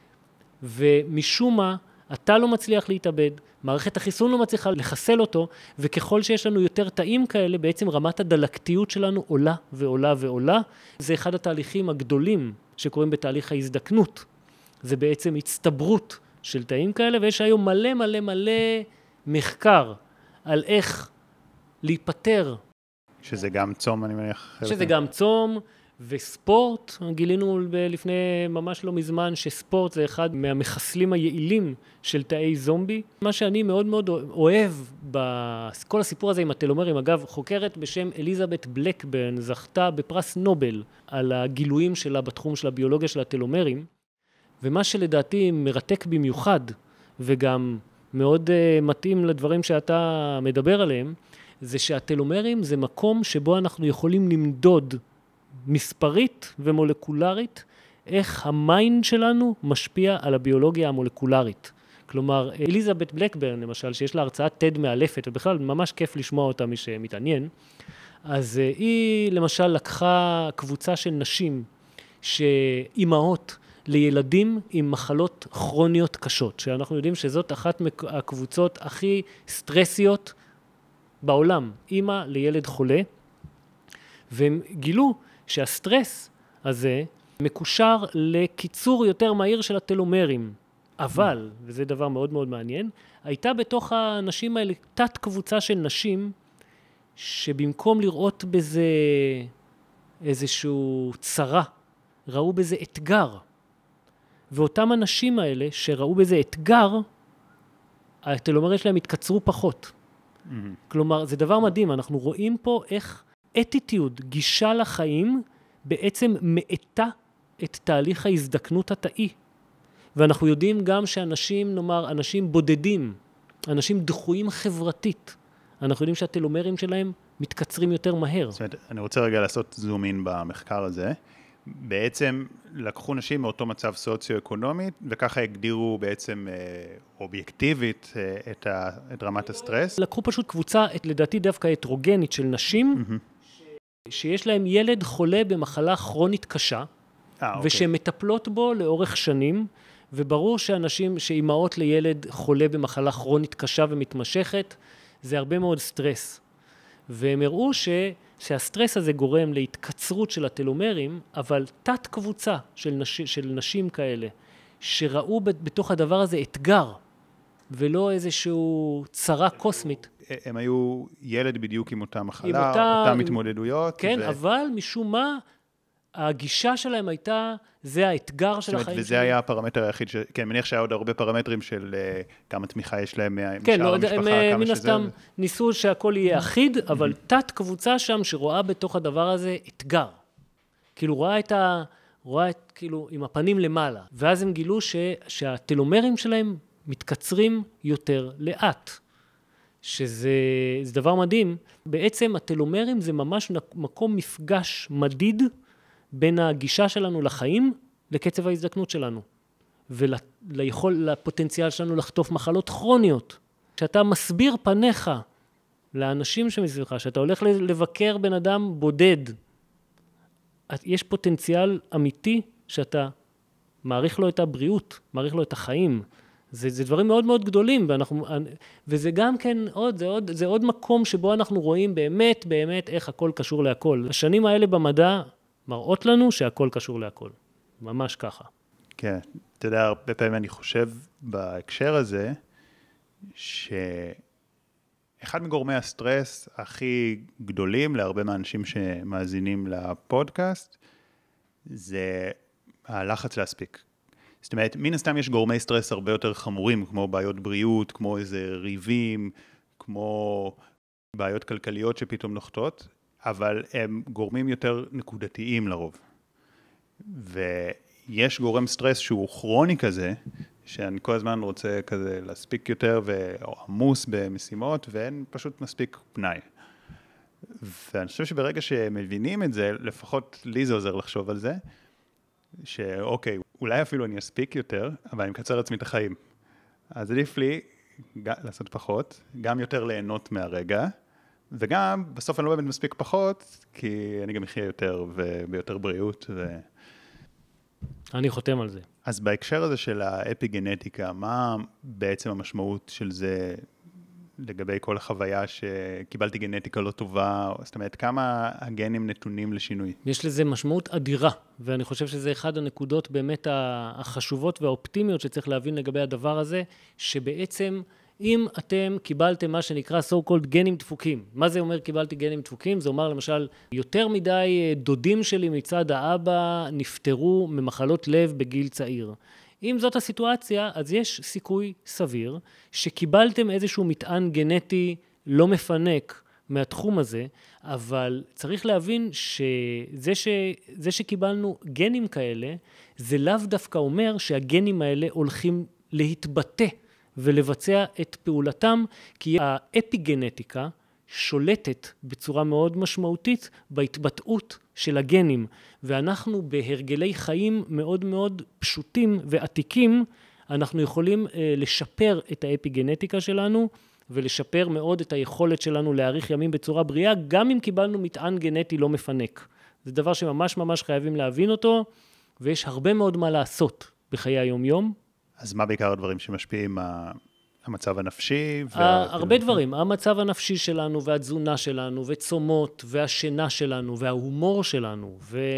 ומשום מה, אתה לא מצליח להתאבד, מערכת החיסון לא מצליחה לחסל אותו, וככל שיש לנו יותר תאים כאלה, בעצם רמת הדלקתיות שלנו עולה ועולה ועולה. זה אחד התהליכים הגדולים שקוראים בתהליך ההזדקנות. זה בעצם הצטברות של תאים כאלה, ויש היום מלא מלא מלא מחקר על איך להיפטר. שזה גם צום, אני מניח. שזה גם צום. וספורט, גילינו לפני ממש לא מזמן שספורט זה אחד מהמחסלים היעילים של תאי זומבי. מה שאני מאוד מאוד אוהב בכל הסיפור הזה עם הטלומרים, אגב, חוקרת בשם אליזבת בלקברן זכתה בפרס נובל על הגילויים שלה בתחום של הביולוגיה של הטלומרים, ומה שלדעתי מרתק במיוחד וגם מאוד uh, מתאים לדברים שאתה מדבר עליהם, זה שהטלומרים זה מקום שבו אנחנו יכולים למדוד מספרית ומולקולרית, איך המיינד שלנו משפיע על הביולוגיה המולקולרית. כלומר, אליזבת בלקברן, למשל, שיש לה הרצאת טד מאלפת, ובכלל ממש כיף לשמוע אותה מי שמתעניין, אז היא למשל לקחה קבוצה של נשים, שאימהות לילדים עם מחלות כרוניות קשות, שאנחנו יודעים שזאת אחת הקבוצות הכי סטרסיות בעולם, אימא לילד חולה, והם גילו שהסטרס הזה מקושר לקיצור יותר מהיר של הטלומרים. אבל, וזה דבר מאוד מאוד מעניין, הייתה בתוך הנשים האלה תת קבוצה של נשים, שבמקום לראות בזה איזשהו צרה, ראו בזה אתגר. ואותם הנשים האלה שראו בזה אתגר, הטלומרים שלהם התקצרו פחות. Mm-hmm. כלומר, זה דבר מדהים, אנחנו רואים פה איך אטיטיוד, גישה לחיים, בעצם מאטה את תהליך ההזדקנות התאי. ואנחנו יודעים גם שאנשים, נאמר, אנשים בודדים, אנשים דחויים חברתית, אנחנו יודעים שהטלומרים שלהם מתקצרים יותר מהר. זאת אומרת, אני רוצה רגע לעשות זום אין במחקר הזה. בעצם לקחו נשים מאותו מצב סוציו-אקונומי, וככה הגדירו בעצם אה, אובייקטיבית אה, את, ה, את רמת הסטרס. לקחו פשוט קבוצה, את, לדעתי דווקא הטרוגנית של נשים, mm-hmm. שיש להם ילד חולה במחלה כרונית קשה, 아, ושהן מטפלות בו לאורך שנים, וברור שאנשים, שאימהות לילד חולה במחלה כרונית קשה ומתמשכת, זה הרבה מאוד סטרס. והם הראו ש... שהסטרס הזה גורם להתקצרות של הטלומרים, אבל תת קבוצה של, נש... של נשים כאלה, שראו בתוך הדבר הזה אתגר, ולא איזשהו צרה קוסמית. הם היו ילד בדיוק עם אותה מחלה, אותה... אותם התמודדויות. כן, ו... אבל משום מה, הגישה שלהם הייתה, זה האתגר של החיים שלהם. וזה היה הפרמטר היחיד, ש... כן, מניח שהיה עוד הרבה פרמטרים של uh, כמה תמיכה יש להם כן, משאר לא, המשפחה, הם, כמה מן שזה... הסתם ניסו שהכל יהיה אחיד, אבל תת קבוצה שם שרואה בתוך הדבר הזה אתגר. כאילו רואה את ה... רואה את, כאילו, עם הפנים למעלה. ואז הם גילו ש... שהטלומרים שלהם מתקצרים יותר לאט. שזה זה דבר מדהים. בעצם הטלומרים זה ממש מקום מפגש מדיד, בין הגישה שלנו לחיים לקצב ההזדקנות שלנו, ולפוטנציאל שלנו לחטוף מחלות כרוניות. כשאתה מסביר פניך לאנשים שמסביבך, שאתה הולך לבקר בן אדם בודד, יש פוטנציאל אמיתי שאתה מעריך לו את הבריאות, מעריך לו את החיים. זה, זה דברים מאוד מאוד גדולים, ואנחנו, וזה גם כן עוד, זה עוד, זה עוד מקום שבו אנחנו רואים באמת, באמת איך הכל קשור להכל. השנים האלה במדע מראות לנו שהכל קשור להכל. ממש ככה. כן, אתה יודע, הרבה פעמים אני חושב בהקשר הזה, שאחד מגורמי הסטרס הכי גדולים להרבה מהאנשים שמאזינים לפודקאסט, זה הלחץ להספיק. זאת אומרת, מן הסתם יש גורמי סטרס הרבה יותר חמורים, כמו בעיות בריאות, כמו איזה ריבים, כמו בעיות כלכליות שפתאום נוחתות, אבל הם גורמים יותר נקודתיים לרוב. ויש גורם סטרס שהוא כרוני כזה, שאני כל הזמן רוצה כזה להספיק יותר ועמוס במשימות, ואין פשוט מספיק פנאי. ואני חושב שברגע שמבינים את זה, לפחות לי זה עוזר לחשוב על זה, שאוקיי, אולי אפילו אני אספיק יותר, אבל אני מקצר עצמי את החיים. אז עדיף לי לעשות פחות, גם יותר ליהנות מהרגע, וגם בסוף אני לא באמת מספיק פחות, כי אני גם אחיה יותר וביותר בריאות. ו... אני חותם על זה. אז בהקשר הזה של האפיגנטיקה, מה בעצם המשמעות של זה לגבי כל החוויה שקיבלתי גנטיקה לא טובה, זאת אומרת, כמה הגנים נתונים לשינוי? יש לזה משמעות אדירה, ואני חושב שזה אחד הנקודות באמת החשובות והאופטימיות שצריך להבין לגבי הדבר הזה, שבעצם אם אתם קיבלתם מה שנקרא so called גנים דפוקים, מה זה אומר קיבלתי גנים דפוקים? זה אומר למשל, יותר מדי דודים שלי מצד האבא נפטרו ממחלות לב בגיל צעיר. אם זאת הסיטואציה, אז יש סיכוי סביר שקיבלתם איזשהו מטען גנטי לא מפנק מהתחום הזה, אבל צריך להבין שזה ש... זה שקיבלנו גנים כאלה, זה לאו דווקא אומר שהגנים האלה הולכים להתבטא ולבצע את פעולתם, כי האפיגנטיקה שולטת בצורה מאוד משמעותית בהתבטאות של הגנים, ואנחנו בהרגלי חיים מאוד מאוד פשוטים ועתיקים, אנחנו יכולים אה, לשפר את האפיגנטיקה שלנו, ולשפר מאוד את היכולת שלנו להאריך ימים בצורה בריאה, גם אם קיבלנו מטען גנטי לא מפנק. זה דבר שממש ממש חייבים להבין אותו, ויש הרבה מאוד מה לעשות בחיי היום-יום. אז מה בעיקר הדברים שמשפיעים המצב הנפשי? וה... הרבה דברים, המצב הנפשי שלנו והתזונה שלנו וצומות והשינה שלנו וההומור שלנו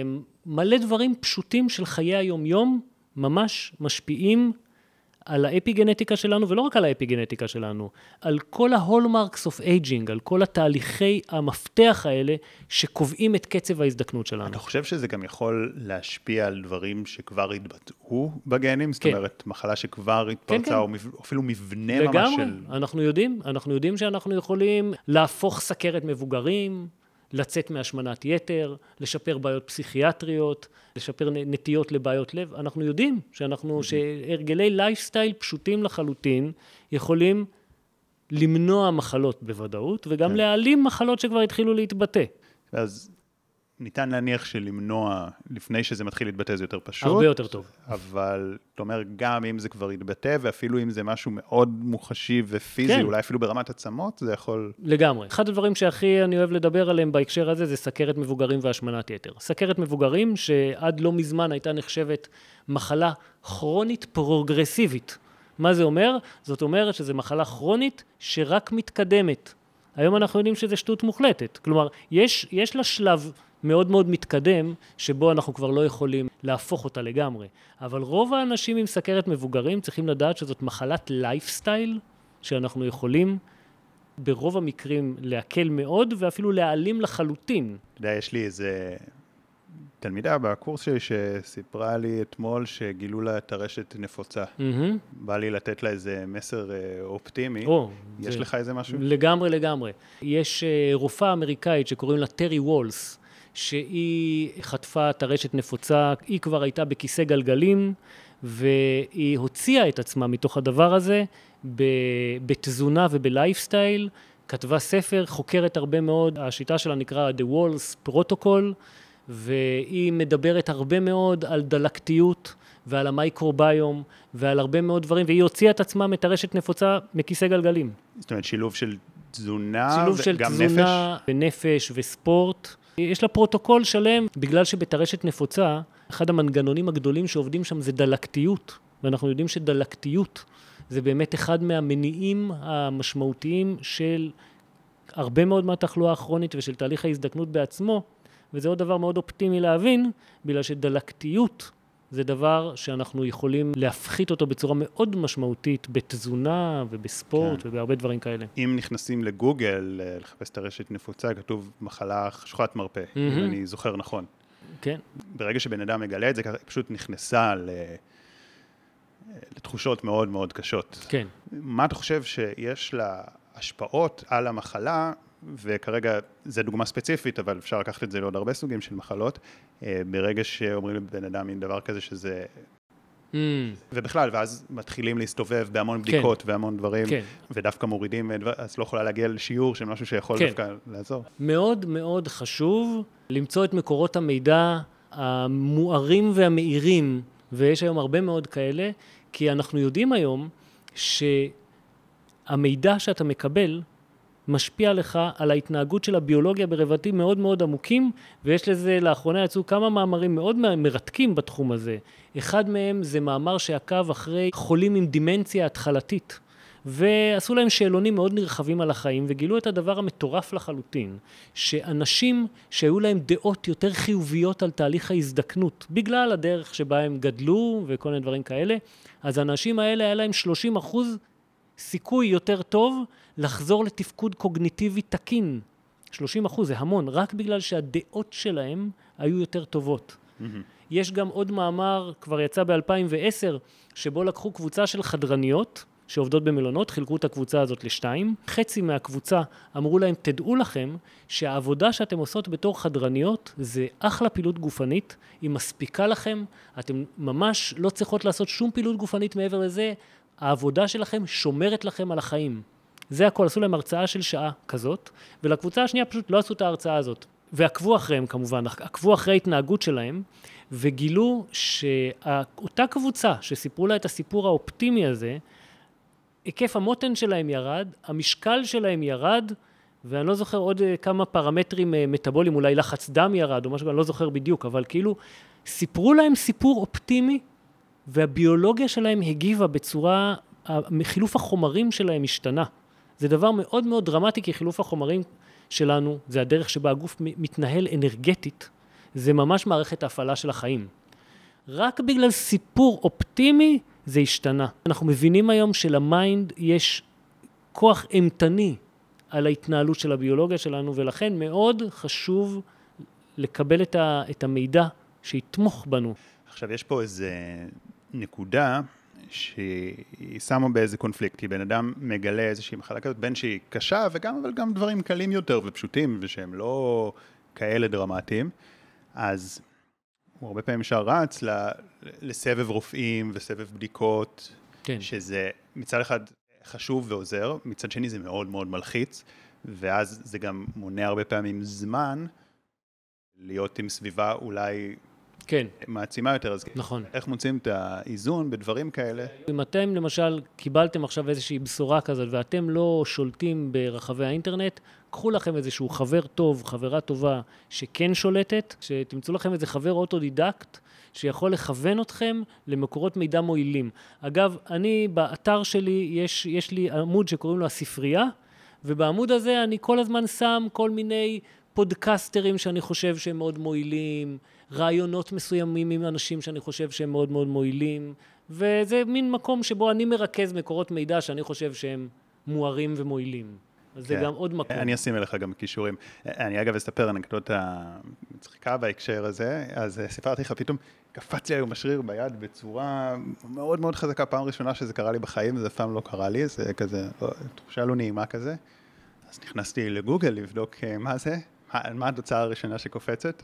ומלא דברים פשוטים של חיי היום-יום ממש משפיעים על האפיגנטיקה שלנו, ולא רק על האפיגנטיקה שלנו, על כל ה-hallmarks of aging, על כל התהליכי המפתח האלה שקובעים את קצב ההזדקנות שלנו. אתה חושב שזה גם יכול להשפיע על דברים שכבר התבטאו בגנים? זאת אומרת, מחלה שכבר התפרצה, או אפילו מבנה ממש של... לגמרי, אנחנו יודעים, אנחנו יודעים שאנחנו יכולים להפוך סכרת מבוגרים, לצאת מהשמנת יתר, לשפר בעיות פסיכיאטריות, לשפר נטיות לבעיות לב. אנחנו יודעים שאנחנו, שהרגלי לייפסטייל פשוטים לחלוטין יכולים למנוע מחלות בוודאות, וגם להעלים מחלות שכבר התחילו להתבטא. אז ניתן להניח שלמנוע לפני שזה מתחיל להתבטא זה יותר פשוט. הרבה יותר טוב. אבל אתה אומר, גם אם זה כבר יתבטא, ואפילו אם זה משהו מאוד מוחשי ופיזי, כן. אולי אפילו ברמת עצמות, זה יכול... לגמרי. אחד הדברים שהכי אני אוהב לדבר עליהם בהקשר הזה, זה סכרת מבוגרים והשמנת יתר. סכרת מבוגרים, שעד לא מזמן הייתה נחשבת מחלה כרונית פרוגרסיבית. מה זה אומר? זאת אומרת שזו מחלה כרונית שרק מתקדמת. היום אנחנו יודעים שזה שטות מוחלטת. כלומר, יש, יש לה שלב מאוד מאוד מתקדם, שבו אנחנו כבר לא יכולים להפוך אותה לגמרי. אבל רוב האנשים עם סכרת מבוגרים צריכים לדעת שזאת מחלת לייפסטייל, שאנחנו יכולים ברוב המקרים להקל מאוד, ואפילו להעלים לחלוטין. אתה יודע, יש לי איזה תלמידה בקורס שלי שסיפרה לי אתמול שגילו לה טרשת נפוצה. Mm-hmm. בא לי לתת לה איזה מסר אופטימי. Oh, יש זה... לך איזה משהו? לגמרי, לגמרי. יש רופאה אמריקאית שקוראים לה טרי וולס, שהיא חטפה טרשת נפוצה, היא כבר הייתה בכיסא גלגלים, והיא הוציאה את עצמה מתוך הדבר הזה, בתזונה ובלייפסטייל, כתבה ספר, חוקרת הרבה מאוד, השיטה שלה נקרא The Walls Protocol, והיא מדברת הרבה מאוד על דלקתיות, ועל המייקרוביום, ועל הרבה מאוד דברים, והיא הוציאה את עצמה מטרשת נפוצה מכיסא גלגלים. זאת אומרת, שילוב של תזונה וגם נפש? שילוב של תזונה ונפש וספורט. יש לה פרוטוקול שלם, בגלל שבטרשת נפוצה, אחד המנגנונים הגדולים שעובדים שם זה דלקתיות, ואנחנו יודעים שדלקתיות זה באמת אחד מהמניעים המשמעותיים של הרבה מאוד מהתחלואה הכרונית ושל תהליך ההזדקנות בעצמו, וזה עוד דבר מאוד אופטימי להבין, בגלל שדלקתיות זה דבר שאנחנו יכולים להפחית אותו בצורה מאוד משמעותית בתזונה ובספורט כן. ובהרבה דברים כאלה. אם נכנסים לגוגל, לחפש את הרשת נפוצה, כתוב מחלה חשוכת מרפא, mm-hmm. אם אני זוכר נכון. כן. ברגע שבן אדם מגלה את זה, פשוט נכנסה ל... לתחושות מאוד מאוד קשות. כן. מה אתה חושב שיש לה השפעות על המחלה, וכרגע זה דוגמה ספציפית, אבל אפשר לקחת את זה לעוד הרבה סוגים של מחלות, ברגע שאומרים לבן אדם עם דבר כזה שזה... Mm. ובכלל, ואז מתחילים להסתובב בהמון בדיקות כן. והמון דברים, כן. ודווקא מורידים, אז לא יכולה להגיע לשיעור של משהו שיכול כן. דווקא לעזור. מאוד מאוד חשוב למצוא את מקורות המידע המוארים והמאירים, ויש היום הרבה מאוד כאלה, כי אנחנו יודעים היום שהמידע שאתה מקבל משפיע לך על ההתנהגות של הביולוגיה ברבדים מאוד מאוד עמוקים, ויש לזה, לאחרונה יצאו כמה מאמרים מאוד מרתקים בתחום הזה. אחד מהם זה מאמר שעקב אחרי חולים עם דימנציה התחלתית, ועשו להם שאלונים מאוד נרחבים על החיים, וגילו את הדבר המטורף לחלוטין, שאנשים שהיו להם דעות יותר חיוביות על תהליך ההזדקנות, בגלל הדרך שבה הם גדלו וכל מיני דברים כאלה, אז האנשים האלה היה להם שלושים אחוז סיכוי יותר טוב לחזור לתפקוד קוגניטיבי תקין. שלושים אחוז זה המון, רק בגלל שהדעות שלהם היו יותר טובות. Mm-hmm. יש גם עוד מאמר, כבר יצא ב-אלפיים ועשר, שבו לקחו קבוצה של חדרניות, שעובדות במלונות, חילקו את הקבוצה הזאת לשתיים. חצי מהקבוצה אמרו להם, תדעו לכם שהעבודה שאתם עושות בתור חדרניות, זה אחלה פעילות גופנית, היא מספיקה לכם, אתם ממש לא צריכות לעשות שום פעילות גופנית מעבר לזה, העבודה שלכם שומרת לכם על החיים. זה הכל, עשו להם הרצאה של שעה כזאת, ולקבוצה השנייה פשוט לא עשו את ההרצאה הזאת. ועקבו אחריהם כמובן, עקבו אחרי ההתנהגות שלהם, וגילו שאותה קבוצה שסיפרו לה את הסיפור האופטימי הזה, היקף המותן שלהם ירד, המשקל שלהם ירד, ואני לא זוכר עוד כמה פרמטרים מטאבוליים, אולי לחץ דם ירד או משהו, אני לא זוכר בדיוק, אבל כאילו סיפרו להם סיפור אופטימי, והביולוגיה שלהם הגיבה בצורה, חילוף החומרים שלהם השתנה. זה דבר מאוד מאוד דרמטי, כי חילוף החומרים שלנו, זה הדרך שבה הגוף מתנהל אנרגטית, זה ממש מערכת ההפעלה של החיים. רק בגלל סיפור אופטימי, זה השתנה. אנחנו מבינים היום שלמיינד יש כוח אימתני על ההתנהלות של הביולוגיה שלנו, ולכן מאוד חשוב לקבל את, ה, את המידע שיתמוך בנו. עכשיו, יש פה איזה נקודה שהיא שמה באיזה קונפליקט, כי בן אדם מגלה איזושהי מחלה כזאת, בין שהיא קשה וגם, אבל גם דברים קלים יותר ופשוטים, ושהם לא כאלה דרמטיים, אז הוא הרבה פעמים אפשר רץ לסבב רופאים וסבב בדיקות, כן. שזה מצד אחד חשוב ועוזר, מצד שני זה מאוד מאוד מלחיץ, ואז זה גם מונע הרבה פעמים זמן להיות עם סביבה אולי כן. מעצימה יותר. אז נכון. איך מוצאים את האיזון בדברים כאלה? אם אתם למשל קיבלתם עכשיו איזושהי בשורה כזאת, ואתם לא שולטים ברחבי האינטרנט, קחו לכם איזשהו חבר טוב, חברה טובה, שכן שולטת, שתמצאו לכם איזה חבר אוטודידקט, שיכול לכוון אתכם למקורות מידע מועילים. אגב, אני באתר שלי, יש, יש לי עמוד שקוראים לו הספרייה, ובעמוד הזה אני כל הזמן שם כל מיני פודקסטרים שאני חושב שהם מאוד מועילים, רעיונות מסוימים עם אנשים שאני חושב שהם מאוד מאוד מועילים, וזה מין מקום שבו אני מרכז מקורות מידע שאני חושב שהם מוארים ומועילים. אז זה גם עוד מקום. אני אשים אליך גם קישורים. אני אגב אספר אנקדוטה מצחיקה בהקשר הזה, אז סיפרתי לך, פתאום קפץ לי היום השריר ביד בצורה מאוד מאוד חזקה, פעם ראשונה שזה קרה לי בחיים, זה פעם לא קרה לי, זה כזה, תחושה לא נעימה כזה. אז נכנסתי לגוגל לבדוק מה זה, מה התוצאה הראשונה שקופצת.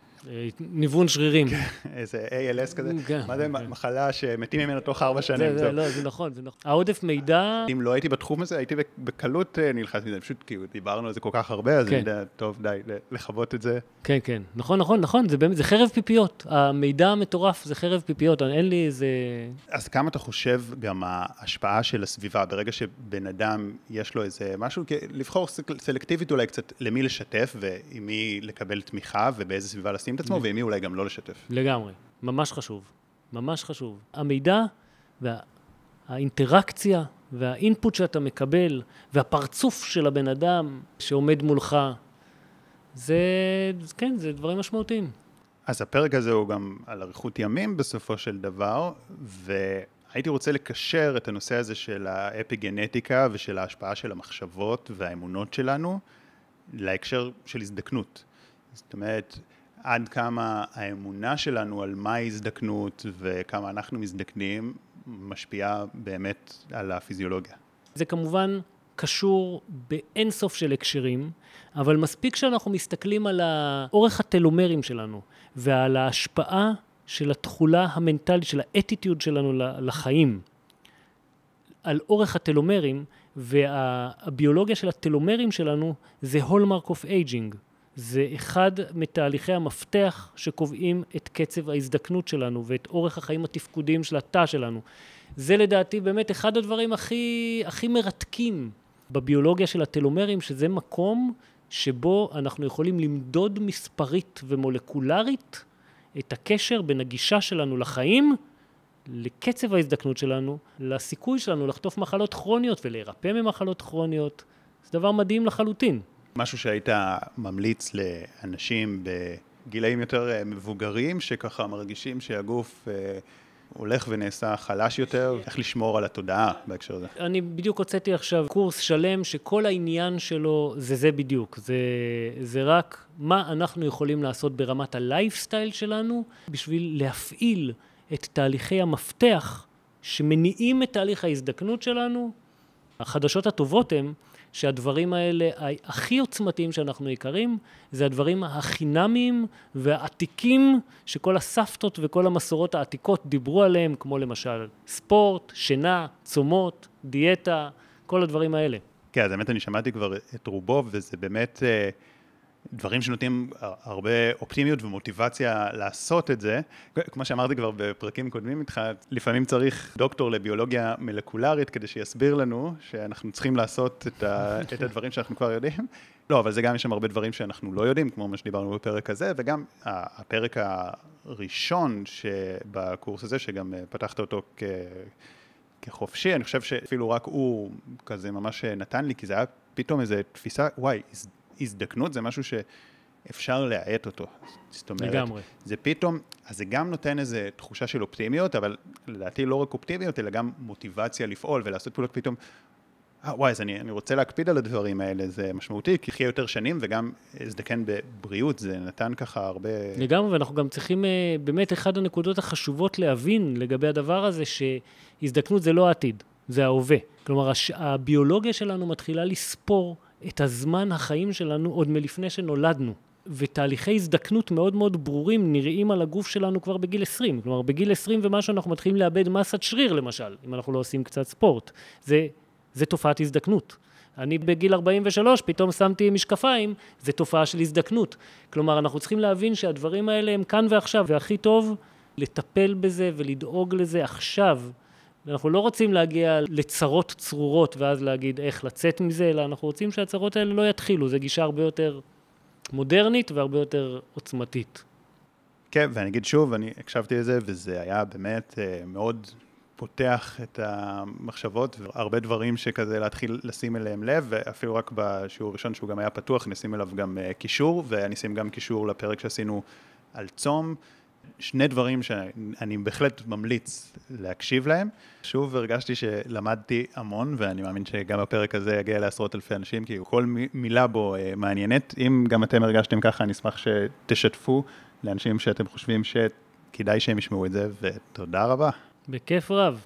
ניוון שרירים. איזה איי אל אס כזה. מה זה מחלה שמתים ממנה תוך ארבע שנים. זה לא, זה נכון, זה נכון. העודף מידע... אם לא הייתי בתחום הזה, הייתי בקלות נלחץ מזה. פשוט כי דיברנו על זה כל כך הרבה, אז אני יודע, טוב, די, לחוות את זה. כן, כן. נכון, נכון, נכון. זה חרב פיפיות. המידע המטורף זה חרב פיפיות. אין לי איזה... אז כמה אתה חושב גם ההשפעה של הסביבה, ברגע שבן אדם יש לו איזה משהו, לבחור סלקטיבית אולי קצת למי לשתף, ועם מי לקבל תמיכה, ובאיזה סביבה לשים את עצמו, ועם מי אולי גם לא לשתף. לגמרי. ממש חשוב. ממש חשוב. המידע האינטראקציה והאינפוט שאתה מקבל, והפרצוף של הבן אדם שעומד מולך, זה, כן, זה דברים משמעותיים. אז הפרק הזה הוא גם על אריכות ימים בסופו של דבר, והייתי רוצה לקשר את הנושא הזה של האפיגנטיקה ושל ההשפעה של המחשבות והאמונות שלנו להקשר של הזדקנות. זאת אומרת, עד כמה האמונה שלנו על מה הזדקנות וכמה אנחנו מזדקנים משפיעה באמת על הפיזיולוגיה. זה כמובן קשור באין סוף של הקשרים, אבל מספיק שאנחנו מסתכלים על אורך הטלומרים שלנו ועל ההשפעה של התחולה המנטלית, של האטיטיוד שלנו לחיים, על אורך הטלומרים, והביולוגיה של הטלומרים שלנו זה hallmark of aging. זה אחד מתהליכי המפתח שקובעים את קצב ההזדקנות שלנו ואת אורך החיים התפקודיים של התא שלנו. זה לדעתי באמת אחד הדברים הכי, הכי מרתקים בביולוגיה של הטלומרים, שזה מקום שבו אנחנו יכולים למדוד מספרית ומולקולרית את הקשר בין הגישה שלנו לחיים, לקצב ההזדקנות שלנו, לסיכוי שלנו לחטוף מחלות כרוניות ולהירפא ממחלות כרוניות. זה דבר מדהים לחלוטין. משהו שהיית ממליץ לאנשים בגילאים יותר מבוגרים, שככה מרגישים שהגוף הולך ונעשה חלש יותר, איך לשמור על התודעה בהקשר הזה? אני בדיוק הוצאתי עכשיו קורס שלם שכל העניין שלו זה זה בדיוק. זה, זה רק מה אנחנו יכולים לעשות ברמת הלייפסטייל שלנו בשביל להפעיל את תהליכי המפתח שמניעים את תהליך ההזדקנות שלנו. החדשות הטובות הן שהדברים האלה הכי עוצמתיים שאנחנו יקרים, זה הדברים החינמיים והעתיקים שכל הסבתות וכל המסורות העתיקות דיברו עליהם, כמו למשל ספורט, שינה, צומות, דיאטה, כל הדברים האלה. כן, אז באמת אני שמעתי כבר את רובו, וזה באמת דברים שנותנים הרבה אופטימיות ומוטיבציה לעשות את זה. כמו שאמרתי כבר בפרקים קודמים איתך, לפעמים צריך דוקטור לביולוגיה מולקולרית כדי שיסביר לנו שאנחנו צריכים לעשות את, ה, את הדברים שאנחנו כבר יודעים. לא, אבל זה גם יש שם הרבה דברים שאנחנו לא יודעים, כמו מה שדיברנו בפרק הזה, וגם הפרק הראשון שבקורס הזה, שגם פתחת אותו כ... כחופשי, אני חושב שאפילו רק הוא כזה ממש נתן לי, כי זה היה פתאום איזו תפיסה, וואי, הזדקנות זה משהו שאפשר להעט אותו. זאת אומרת, לגמרי. זה פתאום, אז זה גם נותן איזו תחושה של אופטימיות, אבל לדעתי לא רק אופטימיות, אלא גם מוטיבציה לפעול ולעשות פעולות פתאום, אה, וואי, אז אני, אני רוצה להקפיד על הדברים האלה, זה משמעותי, כי חיה יותר שנים וגם הזדקן בבריאות, זה נתן ככה הרבה... לגמרי, ואנחנו גם צריכים, באמת, אחד הנקודות החשובות להבין לגבי הדבר הזה, שהזדקנות זה לא העתיד, זה ההווה. כלומר, הביולוגיה שלנו מתחילה לספור את הזמן החיים שלנו עוד מלפני שנולדנו. ותהליכי הזדקנות מאוד מאוד ברורים נראים על הגוף שלנו כבר בגיל עשרים. כלומר, בגיל עשרים ומשהו אנחנו מתחילים לאבד מסת שריר, למשל, אם אנחנו לא עושים קצת ספורט. זה, זה תופעת הזדקנות. אני בגיל ארבעים ושלוש פתאום שמתי משקפיים, זה תופעה של הזדקנות. כלומר, אנחנו צריכים להבין שהדברים האלה הם כאן ועכשיו, והכי טוב לטפל בזה ולדאוג לזה עכשיו. אנחנו לא רוצים להגיע לצרות צרורות ואז להגיד איך לצאת מזה, אלא אנחנו רוצים שהצרות האלה לא יתחילו. זו גישה הרבה יותר מודרנית והרבה יותר עוצמתית. כן, ואני אגיד שוב, אני הקשבתי לזה, וזה היה באמת מאוד פותח את המחשבות, והרבה דברים שכזה להתחיל לשים אליהם לב, ואפילו רק בשיעור הראשון שהוא גם היה פתוח, נשים אליו גם קישור, ונשים גם קישור לפרק שעשינו על צום, שני דברים שאני בהחלט ממליץ להקשיב להם. שוב הרגשתי שלמדתי המון, ואני מאמין שגם הפרק הזה יגיע לעשרות אלפי אנשים, כי כל מילה בו מעניינת. אם גם אתם הרגשתם ככה, אני אשמח שתשתפו לאנשים שאתם חושבים שכדאי שהם ישמעו את זה, ותודה רבה. בכיף רב.